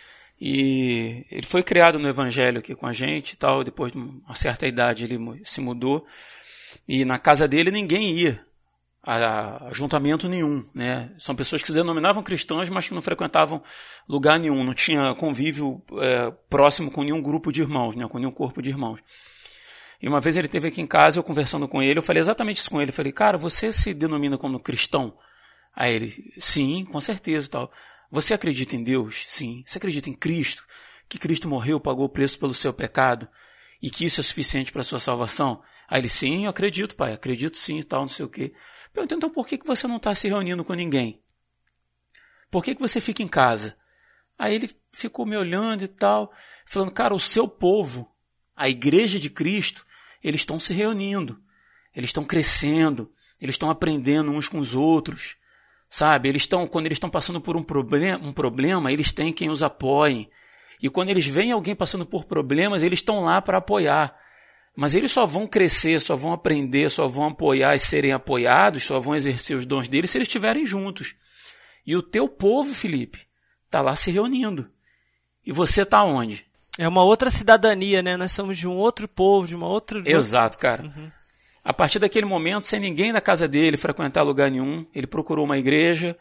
E ele foi criado no evangelho aqui com a gente e tal, depois de uma certa idade ele se mudou, e na casa dele ninguém ia a ajuntamento nenhum, né? São pessoas que se denominavam cristãs, mas que não frequentavam lugar nenhum, não tinha convívio é, próximo com nenhum grupo de irmãos, né? Com nenhum corpo de irmãos. E uma vez ele esteve aqui em casa, eu conversando com ele, eu falei exatamente isso com ele, eu falei, cara, você se denomina como cristão? Aí ele, sim, com certeza e tal. Você acredita em Deus? Sim. Você acredita em Cristo? Que Cristo morreu, pagou o preço pelo seu pecado e que isso é suficiente para a sua salvação? Aí ele, sim, eu acredito, pai, acredito sim e tal, não sei o quê. Pergunto, então por que você não está se reunindo com ninguém? Por que você fica em casa? Aí ele ficou me olhando e tal, falando, cara, o seu povo, a igreja de Cristo, eles estão se reunindo, eles estão crescendo, eles estão aprendendo uns com os outros. Sabe, eles estão, quando eles estão passando por um problema, um problema, eles têm quem os apoie. E quando eles veem alguém passando por problemas, eles estão lá para apoiar. Mas eles só vão crescer, só vão aprender, só vão apoiar e serem apoiados, só vão exercer os dons deles se eles estiverem juntos. E o teu povo, Felipe, está lá se reunindo. E você está onde? É uma outra cidadania, né? Nós somos de um outro povo, de uma outra... Exato, cara. Uhum. A partir daquele momento, sem ninguém na casa dele frequentar lugar nenhum, ele procurou uma igreja,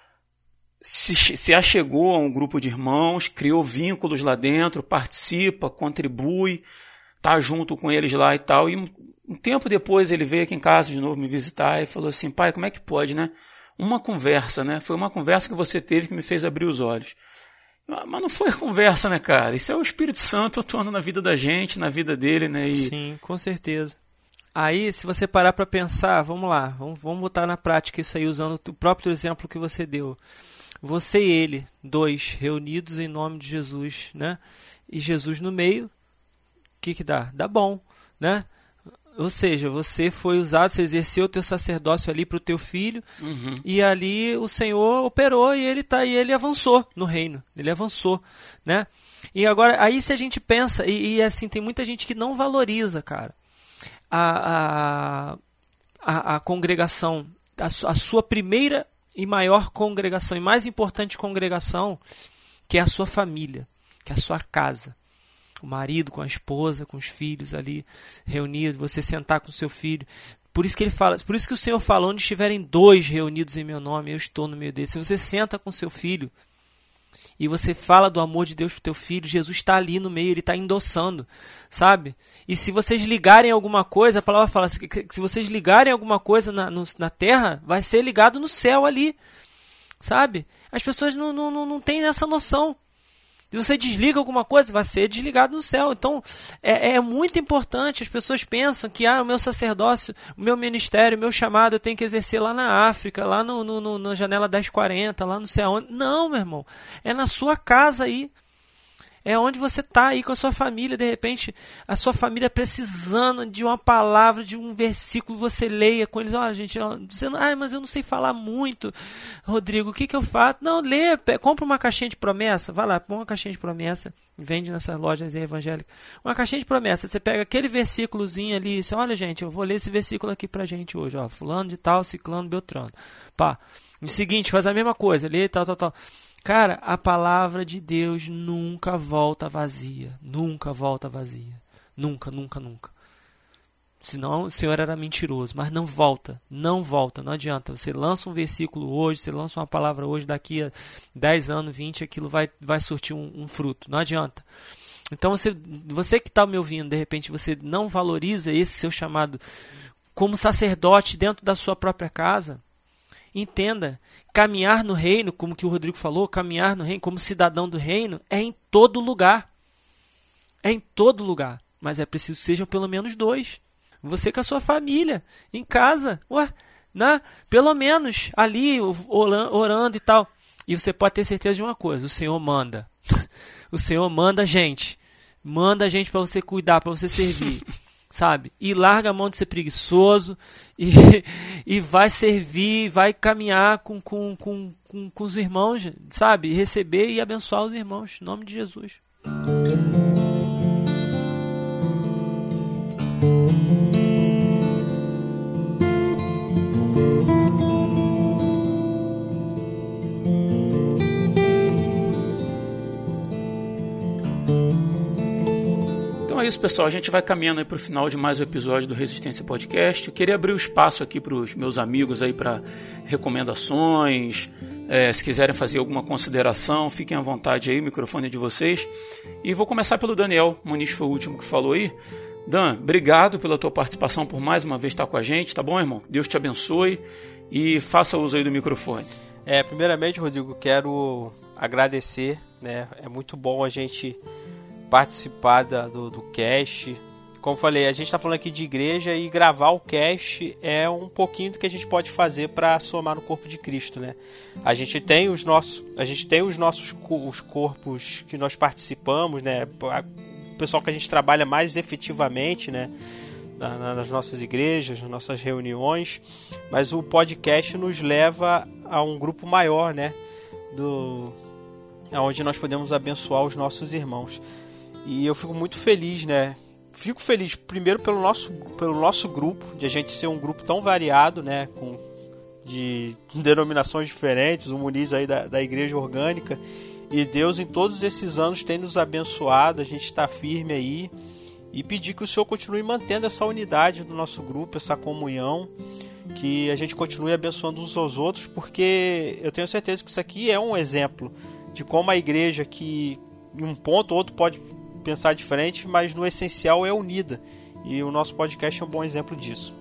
se, se achegou a um grupo de irmãos, criou vínculos lá dentro, participa, contribui, está junto com eles lá e tal. E um, um tempo depois ele veio aqui em casa de novo me visitar e falou assim, pai, como é que pode, né? Uma conversa, né? Foi uma conversa que você teve que me fez abrir os olhos. Mas não foi a conversa, né, cara? Isso é o Espírito Santo atuando na vida da gente, na vida dele, né? E... Sim, com certeza. Aí, se você parar para pensar, vamos lá, vamos, vamos botar na prática isso aí, usando o próprio exemplo que você deu. Você e ele, dois, reunidos em nome de Jesus, né? E Jesus no meio, o que que dá? Dá bom, né? Ou seja, você foi usado, você exerceu o teu sacerdócio ali para o teu filho, uhum. E ali o Senhor operou e ele, tá, e ele avançou no reino, ele avançou, né? E agora, aí se a gente pensa, e, e assim, tem muita gente que não valoriza, cara, A, a, a, a congregação, a, a sua primeira e maior congregação, e mais importante congregação, que é a sua família, que é a sua casa. O marido com a esposa, com os filhos ali reunidos, você sentar com o seu filho. Por isso que ele fala, por isso que o Senhor fala, onde estiverem dois reunidos em meu nome, eu estou no meio deles. Se você senta com seu filho, e você fala do amor de Deus para o teu filho, Jesus está ali no meio, ele está endossando, sabe? E se vocês ligarem alguma coisa, a palavra fala, se, se vocês ligarem alguma coisa na, no, na terra, vai ser ligado no céu ali, sabe? As pessoas não, não, não, não têm essa noção. Se você desliga alguma coisa, vai ser desligado no céu. Então, é, é muito importante. As pessoas pensam que ah, o meu sacerdócio, o meu ministério, o meu chamado, eu tenho que exercer lá na África, lá no, no, no, na janela dez quarenta, lá não sei aonde. Não, meu irmão. É na sua casa aí. É onde você está aí com a sua família. De repente, a sua família precisando de uma palavra, de um versículo, você leia com eles. Olha, gente, você não, ah, mas eu não sei falar muito, Rodrigo, o que, que eu faço? Não, lê, compra uma caixinha de promessa. Vai lá, põe uma caixinha de promessa. Vende nessas lojas aí evangélicas. Uma caixinha de promessa. Você pega aquele versículozinho ali e diz, olha, gente, eu vou ler esse versículo aqui pra gente hoje. Ó, fulano de tal, ciclano, beltrano. Pá. No seguinte, faz a mesma coisa. Lê tal, tal, tal. Cara, a palavra de Deus nunca volta vazia. Nunca volta vazia. Nunca, nunca, nunca. Senão o Senhor era mentiroso. Mas não volta. Não volta. Não adianta. Você lança um versículo hoje, você lança uma palavra hoje, daqui a dez anos, vinte, aquilo vai, vai surtir um, um fruto. Não adianta. Então você, você que está me ouvindo, de repente você não valoriza esse seu chamado como sacerdote dentro da sua própria casa. Entenda, caminhar no reino, como que o Rodrigo falou, caminhar no reino como cidadão do reino é em todo lugar. É em todo lugar. Mas é preciso que sejam pelo menos dois. Você com a sua família, em casa, ué, né? Pelo menos ali orando e tal. E você pode ter certeza de uma coisa, o Senhor manda. O Senhor manda a gente. Manda a gente para você cuidar, para você servir. Sabe? E larga a mão de ser preguiçoso e, e vai servir, vai caminhar com, com, com, com, com os irmãos, sabe? E receber e abençoar os irmãos, em nome de Jesus. Então é isso, pessoal. A gente vai caminhando para o final de mais um episódio do Resistência Podcast. Eu queria abrir o espaço aqui para os meus amigos aí para recomendações. É, se quiserem fazer alguma consideração, fiquem à vontade aí, o microfone é de vocês. E vou começar pelo Daniel Muniz, foi o último que falou aí. Dan, obrigado pela tua participação, por mais uma vez estar com a gente, tá bom, irmão? Deus te abençoe e faça uso aí do microfone. É, primeiramente, Rodrigo, quero agradecer, né? É muito bom a gente participar da, do, do cast. Como falei, a gente está falando aqui de igreja e gravar o cast é um pouquinho do que a gente pode fazer para somar no corpo de Cristo, né? A gente tem os nossos, a gente tem os nossos os corpos que nós participamos, né? O pessoal que a gente trabalha mais efetivamente, né? Nas nossas igrejas, nas nossas reuniões, mas o podcast nos leva a um grupo maior, né? Do, onde nós podemos abençoar os nossos irmãos. E eu fico muito feliz, né? Fico feliz primeiro pelo nosso, pelo nosso grupo, de a gente ser um grupo tão variado, né? Com, de denominações diferentes, o Muniz aí da, da igreja orgânica. E Deus em todos esses anos tem nos abençoado, a gente está firme aí. E pedir que o Senhor continue mantendo essa unidade do nosso grupo, essa comunhão, que a gente continue abençoando uns aos outros, porque eu tenho certeza que isso aqui é um exemplo de como a igreja, que em um ponto ou outro pode pensar diferente, mas no essencial é unida. E o nosso podcast é um bom exemplo disso.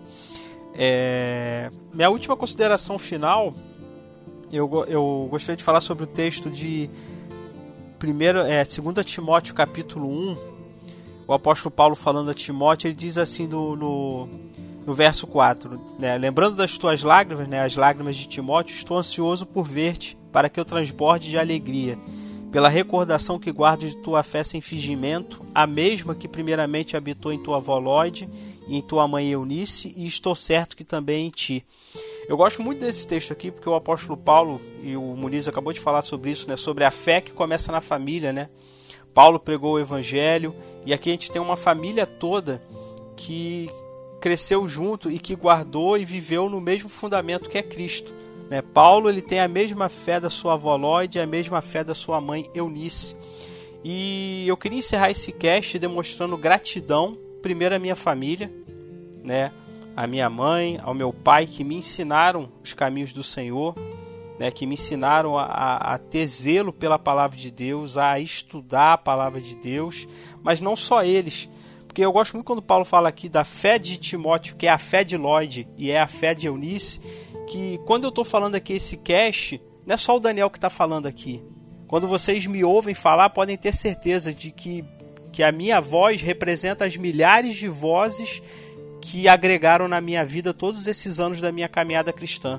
É... Minha última consideração final, eu, eu gostaria de falar sobre o texto de primeiro, é, dois Timóteo capítulo um. O apóstolo Paulo falando a Timóteo, ele diz assim no, no, no verso quatro, né? Lembrando das tuas lágrimas, né, as lágrimas de Timóteo, estou ansioso por ver-te, para que eu transborde de alegria, pela recordação que guardo de tua fé sem fingimento, a mesma que primeiramente habitou em tua avó Lóide e em tua mãe Eunice, e estou certo que também em ti. Eu gosto muito desse texto aqui, porque o apóstolo Paulo, e o Muniz acabou de falar sobre isso, né, sobre a fé que começa na família, né? Paulo pregou o evangelho, e aqui a gente tem uma família toda que cresceu junto e que guardou e viveu no mesmo fundamento que é Cristo, né? Paulo, ele tem a mesma fé da sua avó Lóide e a mesma fé da sua mãe Eunice. E eu queria encerrar esse cast demonstrando gratidão, primeiro à minha família, né? A minha mãe, ao meu pai, que me ensinaram os caminhos do Senhor, né, que me ensinaram a, a, a ter zelo pela palavra de Deus, a estudar a palavra de Deus, mas não só eles, porque eu gosto muito quando Paulo fala aqui da fé de Timóteo, que é a fé de Lloyd e é a fé de Eunice, que quando eu estou falando aqui esse cast, não é só o Daniel que está falando aqui. Quando vocês me ouvem falar, podem ter certeza de que, que a minha voz representa as milhares de vozes que agregaram na minha vida todos esses anos da minha caminhada cristã.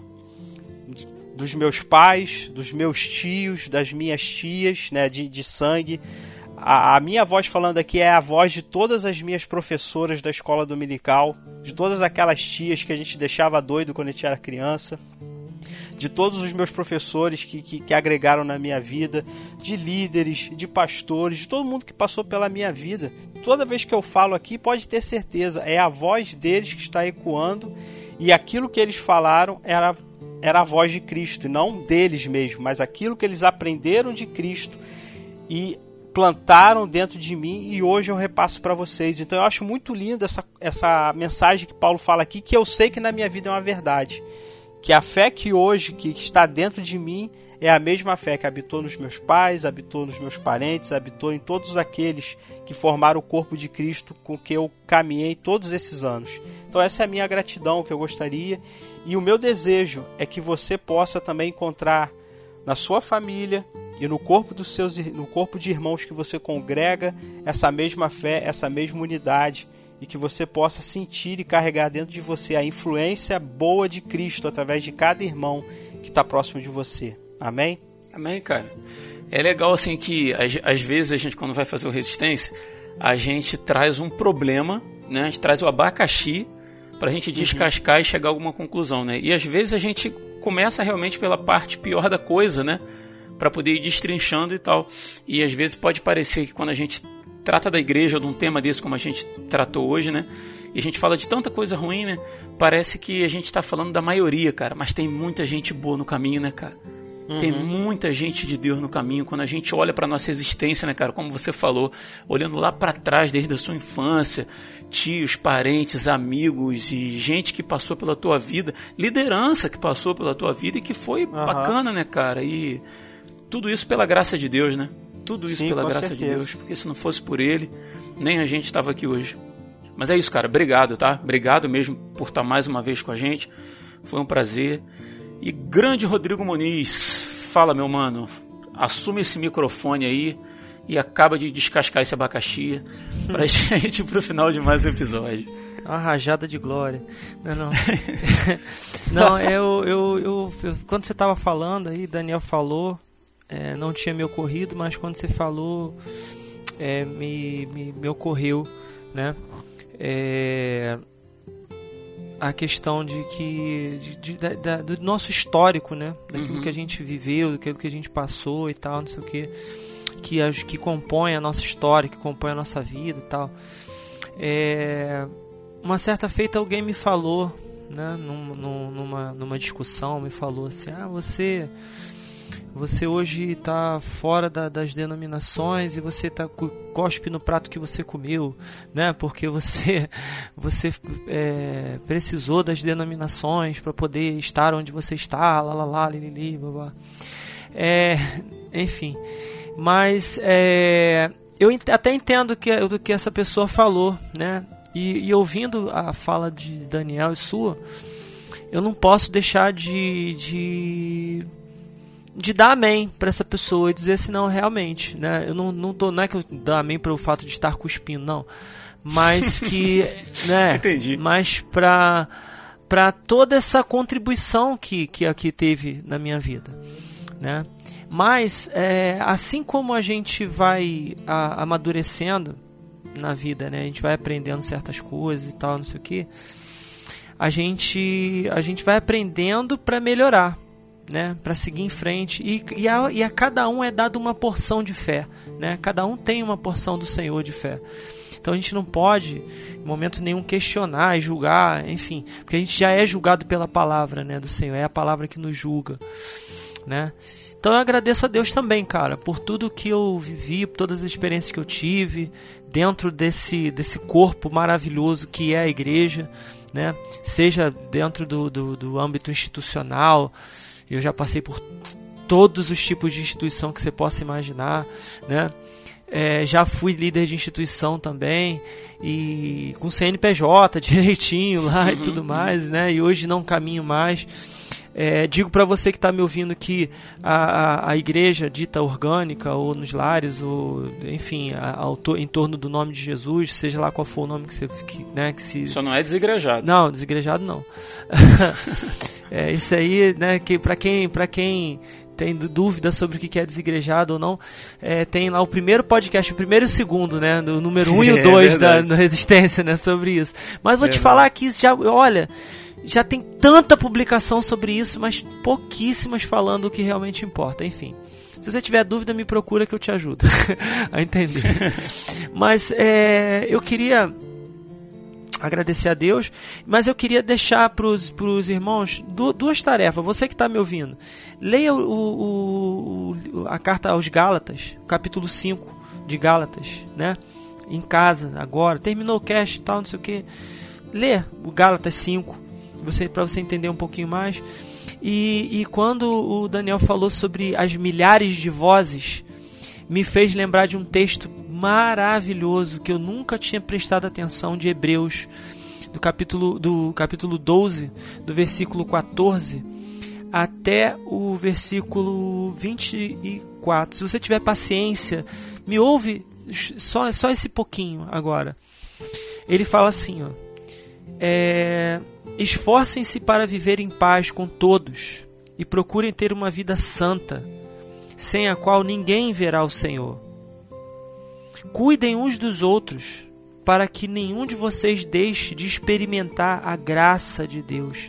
Dos meus pais, dos meus tios, das minhas tias, né, de, de sangue. A, a minha voz falando aqui é a voz de todas as minhas professoras da escola dominical, de todas aquelas tias que a gente deixava doido quando a gente era criança, de todos os meus professores que, que, que agregaram na minha vida, de líderes, de pastores, de todo mundo que passou pela minha vida. Toda vez que eu falo aqui, pode ter certeza, é a voz deles que está ecoando, e aquilo que eles falaram era, era a voz de Cristo, não deles mesmo, mas aquilo que eles aprenderam de Cristo e plantaram dentro de mim, e hoje eu repasso para vocês. Então eu acho muito linda essa, essa mensagem que Paulo fala aqui, que eu sei que na minha vida é uma verdade. Que a fé que hoje que está dentro de mim é a mesma fé que habitou nos meus pais, habitou nos meus parentes, habitou em todos aqueles que formaram o corpo de Cristo com que eu caminhei todos esses anos. Então essa é a minha gratidão que eu gostaria, e o meu desejo é que você possa também encontrar na sua família e no corpo dos seus, no corpo de irmãos que você congrega essa mesma fé, essa mesma unidade, e que você possa sentir e carregar dentro de você a influência boa de Cristo através de cada irmão que está próximo de você. Amém? Amém, cara. É legal assim que às, às vezes a gente, quando vai fazer o Resistência, a gente traz um problema, né? A gente traz o abacaxi para a gente descascar uhum. e chegar a alguma conclusão, né? E às vezes a gente começa realmente pela parte pior da coisa, né? Para poder ir destrinchando e tal. E às vezes pode parecer que quando a gente trata da igreja, de um tema desse como a gente tratou hoje, né? E a gente fala de tanta coisa ruim, né? Parece que a gente está falando da maioria, cara. Mas tem muita gente boa no caminho, né, cara? Uhum. Tem muita gente de Deus no caminho. Quando a gente olha para nossa existência, né, cara? Como você falou, olhando lá para trás, desde a sua infância, tios, parentes, amigos e gente que passou pela tua vida, liderança que passou pela tua vida e que foi uhum. bacana, né, cara? E tudo isso pela graça de Deus, né? Tudo isso Sim, pela graça certeza. de Deus, porque se não fosse por Ele, nem a gente estava aqui hoje. Mas é isso, cara, obrigado, tá? Obrigado mesmo por estar mais uma vez com a gente, foi um prazer. E grande Rodrigo Muniz, fala, meu mano, assume esse microfone aí e acaba de descascar esse abacaxi pra gente ir pro final de mais um episódio. Uma rajada de glória. Não, não. não eu, eu, eu, eu, quando você tava falando aí, Daniel falou, É, não tinha me ocorrido, mas quando você falou, é, me, me, me ocorreu, né? É, a questão de que de, de, da, do nosso histórico, né? Daquilo uhum. que a gente viveu, daquilo que a gente passou e tal, não sei o que, que, que compõe a nossa história, que compõe a nossa vida e tal. É, uma certa feita alguém me falou, né? Num, num, numa, numa discussão, me falou assim: ah, você Você hoje está fora da, das denominações e você tá cospe no prato que você comeu, né? Porque você, você é, precisou das denominações para poder estar onde você está, lá, lá, lá, li, li, blá, blá. É, enfim, mas é, eu até entendo que, o que essa pessoa falou, né? E, e ouvindo a fala de Daniel e sua, eu não posso deixar de... de de dar amém para essa pessoa e dizer assim, não, realmente, né? Eu não, não, tô, não é que eu dou amém para o fato de estar cuspindo, não, mas que, né? Entendi. Mas para para toda essa contribuição que que aqui teve na minha vida, né? Mas é, assim como a gente vai a, amadurecendo na vida, né? A gente vai aprendendo certas coisas e tal, não sei o que, a gente a gente vai aprendendo para melhorar, né, para seguir em frente, e, e, a, e a cada um é dado uma porção de fé, né? Cada um tem uma porção do Senhor de fé. Então a gente não pode em momento nenhum questionar e julgar, enfim, porque a gente já é julgado pela palavra, né, do Senhor, é a palavra que nos julga, né? Então eu agradeço a Deus também, cara, por tudo que eu vivi, por todas as experiências que eu tive dentro desse, desse corpo maravilhoso que é a igreja, né? Seja dentro do, do, do âmbito institucional, Eu já passei por todos os tipos de instituição que você possa imaginar, né? É, já fui líder de instituição também, e com C N P J direitinho lá e tudo mais, né? E hoje não caminho mais. É, digo para você que está me ouvindo que a, a, a igreja dita orgânica, ou nos lares, ou enfim, a, a, em torno do nome de Jesus, seja lá qual for o nome que você... Que, né, que se... Só não é desigrejado. Não, desigrejado não. É, isso aí, né, que para quem, para quem tem dúvida sobre o que é desigrejado ou não, é, tem lá o primeiro podcast, o primeiro e o segundo, né, do número um e o dois é da, da Resistência, né, sobre isso. Mas vou verdade. te falar que já, olha, já tem tanta publicação sobre isso, mas pouquíssimas falando o que realmente importa. Enfim, se você tiver dúvida, me procura que eu te ajudo a entender. Mas é, eu queria agradecer a Deus, mas eu queria deixar para os irmãos duas tarefas. Você que está me ouvindo, leia o, o, o, a carta aos Gálatas, capítulo cinco de Gálatas, né? Em casa, agora, terminou o cast e tal, não sei o que. Lê o Gálatas cinco, você, para você entender um pouquinho mais. E, e quando o Daniel falou sobre as milhares de vozes, me fez lembrar de um texto maravilhoso que eu nunca tinha prestado atenção, de Hebreus, do capítulo, do capítulo doze, do versículo quatorze até o versículo vinte e quatro. Se você tiver paciência, me ouve só, só esse pouquinho agora. Ele fala assim, ó, é, esforcem-se para viver em paz com todos e procurem ter uma vida santa, sem a qual ninguém verá o Senhor. Cuidem uns dos outros, para que nenhum de vocês deixe de experimentar a graça de Deus.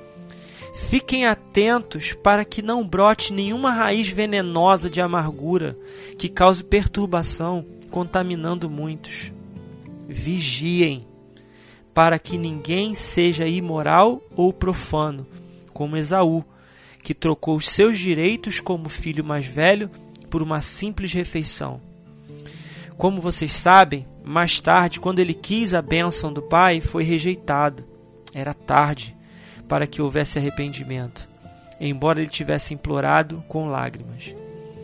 Fiquem atentos para que não brote nenhuma raiz venenosa de amargura que cause perturbação, contaminando muitos. Vigiem, para que ninguém seja imoral ou profano, como Esaú, que trocou os seus direitos como filho mais velho por uma simples refeição. Como vocês sabem, mais tarde, quando ele quis a bênção do pai, foi rejeitado. Era tarde para que houvesse arrependimento, embora ele tivesse implorado com lágrimas.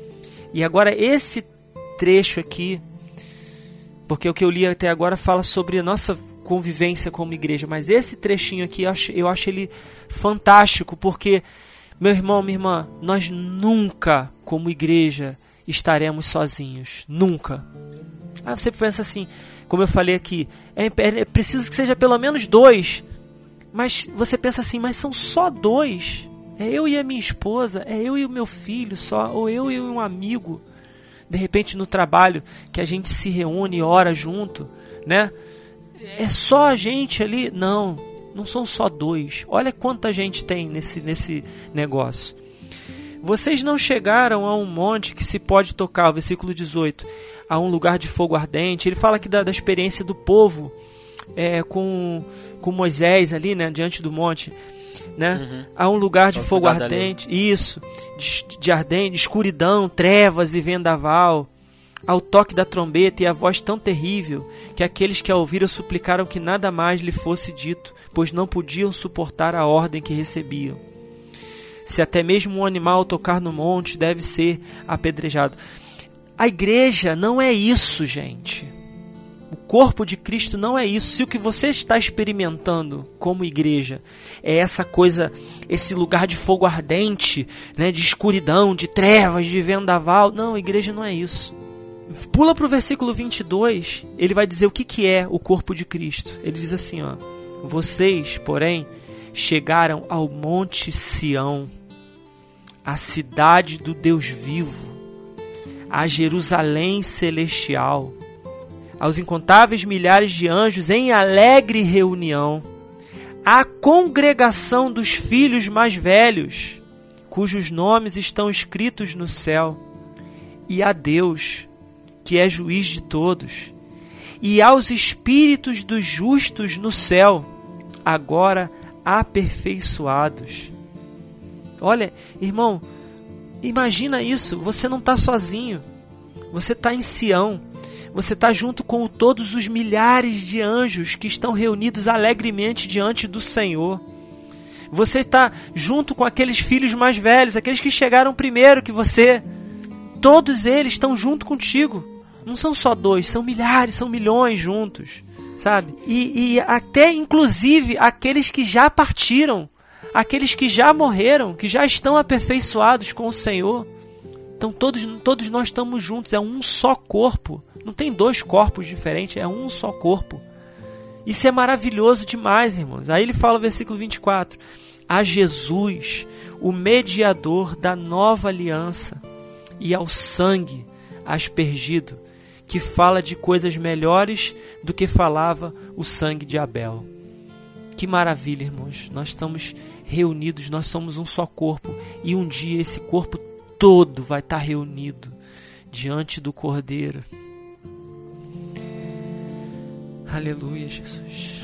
E agora esse trecho aqui, porque o que eu li até agora fala sobre a nossa convivência como igreja, mas esse trechinho aqui eu acho, eu acho ele fantástico, porque, meu irmão, minha irmã, nós nunca, como igreja, estaremos sozinhos. Nunca. Ah, você pensa assim, como eu falei aqui, é, é preciso que seja pelo menos dois. Mas você pensa assim, mas são só dois. É eu e a minha esposa, é eu e o meu filho só, ou eu e um amigo. De repente no trabalho, que a gente se reúne e ora junto, né? É só a gente ali? Não, não são só dois. Olha quanta gente tem nesse, nesse negócio. Vocês não chegaram a um monte que se pode tocar, o versículo dezoito, a um lugar de fogo ardente. Ele fala aqui da, da experiência do povo é, com, com Moisés ali, né, diante do monte, né? Uhum. A um lugar de fogo ardente, ali. Isso, de, de ardente, de escuridão, trevas e vendaval, ao toque da trombeta e a voz tão terrível que aqueles que a ouviram suplicaram que nada mais lhe fosse dito, pois não podiam suportar a ordem que recebiam. Se até mesmo um animal tocar no monte, deve ser apedrejado. A igreja não é isso, gente. O corpo de Cristo não é isso. Se o que você está experimentando como igreja é essa coisa, esse lugar de fogo ardente, né, de escuridão, de trevas, de vendaval, não, a igreja não é isso. Pula para o versículo vinte e dois, ele vai dizer o que, que é o corpo de Cristo. Ele diz assim, ó, vocês, porém, chegaram ao Monte Sião, a cidade do Deus vivo, a Jerusalém celestial, aos incontáveis milhares de anjos em alegre reunião, à congregação dos filhos mais velhos, cujos nomes estão escritos no céu, e a Deus, que é juiz de todos, e aos espíritos dos justos no céu, agora aperfeiçoados. Olha, irmão, imagina isso, você não está sozinho, você está em Sião, você está junto com todos os milhares de anjos que estão reunidos alegremente diante do Senhor. Você está junto com aqueles filhos mais velhos, aqueles que chegaram primeiro que você. Todos eles estão junto contigo. Não são só dois, são milhares, são milhões juntos, sabe? E, e até, inclusive, aqueles que já partiram, aqueles que já morreram, que já estão aperfeiçoados com o Senhor. Então todos, todos nós estamos juntos, é um só corpo. Não tem dois corpos diferentes, é um só corpo. Isso é maravilhoso demais, irmãos. Aí ele fala no versículo vinte e quatro. A Jesus, o mediador da nova aliança, e ao sangue aspergido, que fala de coisas melhores do que falava o sangue de Abel. Que maravilha, irmãos. Nós estamos reunidos, nós somos um só corpo. E um dia esse corpo todo vai estar reunido diante do Cordeiro. Aleluia, Jesus.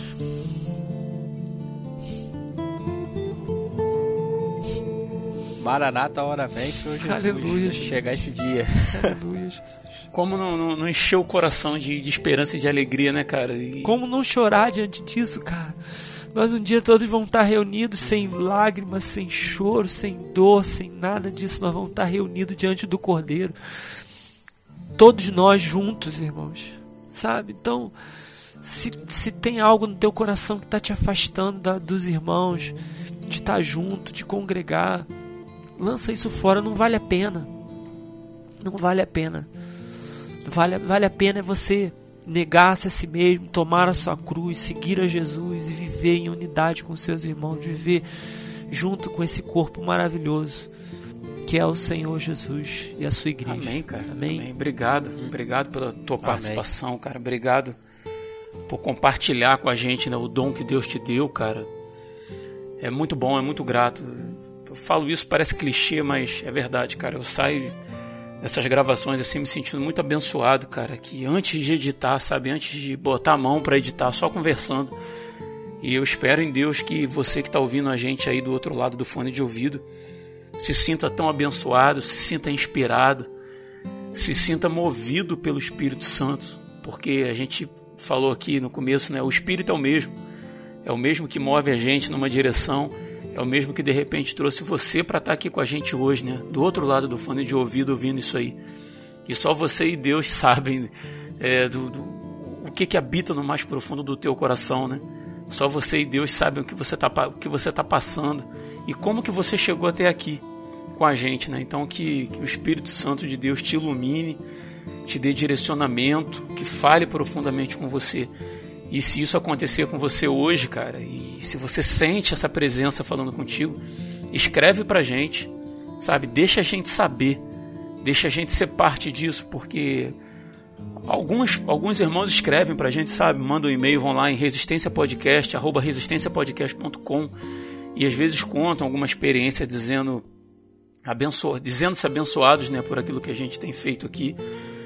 Maranata, a hora vem, Senhor Jesus. Aleluia, Jesus. Chegar esse dia. Aleluia, Jesus. Como não, não, não encher o coração de, de esperança e de alegria, né, cara? E... Como não chorar diante disso, cara? Nós um dia todos vamos estar reunidos sem lágrimas, sem choro, sem dor, sem nada disso. Nós vamos estar reunidos diante do Cordeiro. Todos nós juntos, irmãos. Sabe? Então, se, se tem algo no teu coração que está te afastando da, dos irmãos, de estar junto, de congregar, lança isso fora. Não vale a pena. Não vale a pena. Vale, vale a pena é você negar-se a si mesmo, tomar a sua cruz, seguir a Jesus e viver em unidade com seus irmãos, viver junto com esse corpo maravilhoso que é o Senhor Jesus e a sua igreja. Amém, cara. Amém. Amém. Obrigado. Obrigado pela tua Amém. participação, cara. Obrigado por compartilhar com a gente, né, o dom que Deus te deu, cara. É muito bom, é muito grato. Eu falo isso, parece clichê, mas é verdade, cara. Eu saio dessas gravações assim me sentindo muito abençoado, cara, que antes de editar, sabe, antes de botar a mão para editar, só conversando. E eu espero em Deus que você que está ouvindo a gente aí do outro lado do fone de ouvido se sinta tão abençoado, se sinta inspirado, se sinta movido pelo Espírito Santo, porque a gente falou aqui no começo, né, o Espírito é o mesmo, é o mesmo que move a gente numa direção. É o mesmo que de repente trouxe você para estar aqui com a gente hoje, né? Do outro lado do fone de ouvido ouvindo isso aí. E só você e Deus sabem é, do, do, o que, que habita no mais profundo do teu coração, né? Só você e Deus sabem o que você está o que você tá passando e como que você chegou até aqui com a gente, né? Então que, que o Espírito Santo de Deus te ilumine, te dê direcionamento, que fale profundamente com você. E se isso acontecer com você hoje, cara, e se você sente essa presença falando contigo, escreve pra gente, sabe? Deixa a gente saber, deixa a gente ser parte disso, porque alguns, alguns irmãos escrevem pra gente, sabe? Mandam um e-mail, vão lá em resistenciapodcast, arroba resistenciapodcast ponto com e às vezes contam alguma experiência dizendo, abenço, dizendo-se abençoados, né, por aquilo que a gente tem feito aqui.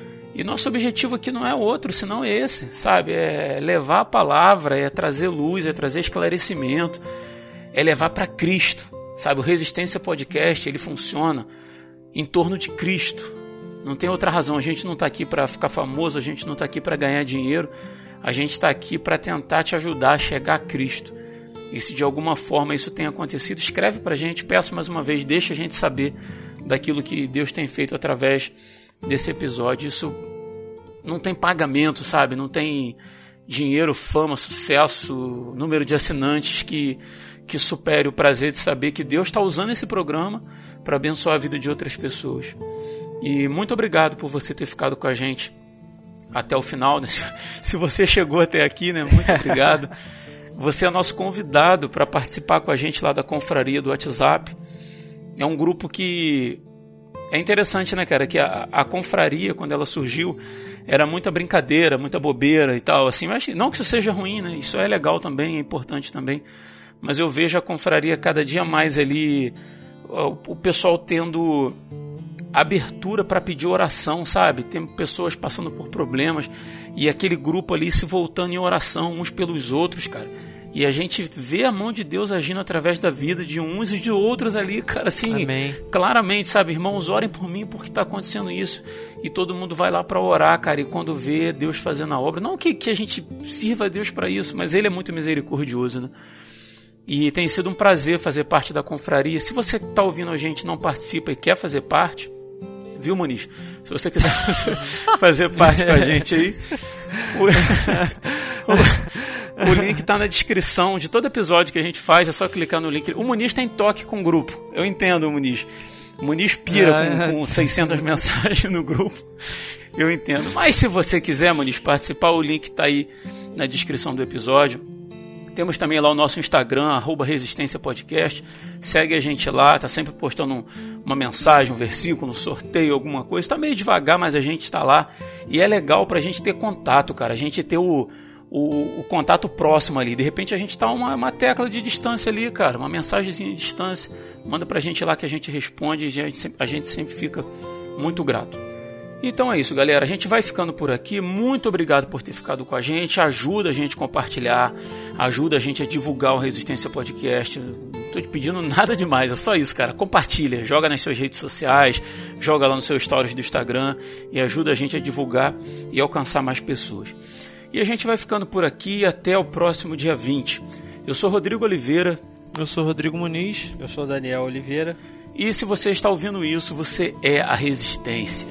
E nosso objetivo aqui não é outro, senão esse, sabe? É levar a palavra, é trazer luz, é trazer esclarecimento, é levar para Cristo, sabe? O Resistência Podcast, ele funciona em torno de Cristo. Não tem outra razão. A gente não está aqui para ficar famoso, a gente não está aqui para ganhar dinheiro, a gente está aqui para tentar te ajudar a chegar a Cristo. E se de alguma forma isso tem acontecido, escreve para a gente, peço mais uma vez, deixa a gente saber daquilo que Deus tem feito através desse episódio. Isso não tem pagamento, sabe? Não tem dinheiro, fama, sucesso, número de assinantes que, que supere o prazer de saber que Deus está usando esse programa para abençoar a vida de outras pessoas. E muito obrigado por você ter ficado com a gente até o final, né? Se, se você chegou até aqui, né? Muito obrigado. Você é nosso convidado para participar com a gente lá da confraria do WhatsApp. É um grupo que é interessante, né, cara, que a, a confraria, quando ela surgiu, era muita brincadeira, muita bobeira e tal, assim, mas não que isso seja ruim, né, isso é legal também, é importante também, mas eu vejo a confraria cada dia mais ali, o, o pessoal tendo abertura para pedir oração, sabe, tem pessoas passando por problemas, e aquele grupo ali se voltando em oração uns pelos outros, cara. E a gente vê a mão de Deus agindo através da vida de uns e de outros ali, cara, assim, Amém. Claramente, sabe, irmãos, orem por mim porque está acontecendo isso. E todo mundo vai lá para orar, cara, e quando vê Deus fazendo a obra, não que, que a gente sirva a Deus para isso, mas Ele é muito misericordioso, né? E tem sido um prazer fazer parte da confraria. Se você está ouvindo a gente e não participa e quer fazer parte, viu, Muniz? Se você quiser fazer, fazer parte com a gente aí, o, o, o link está na descrição de todo episódio que a gente faz, é só clicar no link. O Muniz tem toque com o grupo, eu entendo o Muniz. O Muniz pira com, com seiscentas mensagens no grupo, eu entendo. Mas se você quiser, Muniz, participar, o link está aí na descrição do episódio. Temos também lá o nosso Instagram, arroba Resistência Podcast. Segue a gente lá, tá sempre postando um, uma mensagem, um versículo, um sorteio, alguma coisa. Está meio devagar, mas a gente está lá. E é legal pra gente ter contato, cara. A gente ter o, o, o contato próximo ali. De repente a gente tá uma, uma tecla de distância ali, cara. Uma mensagenzinha de distância. Manda pra gente lá que a gente responde e a gente, a gente sempre fica muito grato. Então é isso, galera. A gente vai ficando por aqui. Muito obrigado por ter ficado com a gente. Ajuda a gente a compartilhar. Ajuda a gente a divulgar o Resistência Podcast. Não estou te pedindo nada demais. É só isso, cara. Compartilha. Joga nas suas redes sociais. Joga lá nos seus stories do Instagram. E ajuda a gente a divulgar e alcançar mais pessoas. E a gente vai ficando por aqui. Até o próximo dia vinte. Eu sou Rodrigo Oliveira. Eu sou Rodrigo Muniz. Eu sou Daniel Oliveira. E se você está ouvindo isso, você é a Resistência.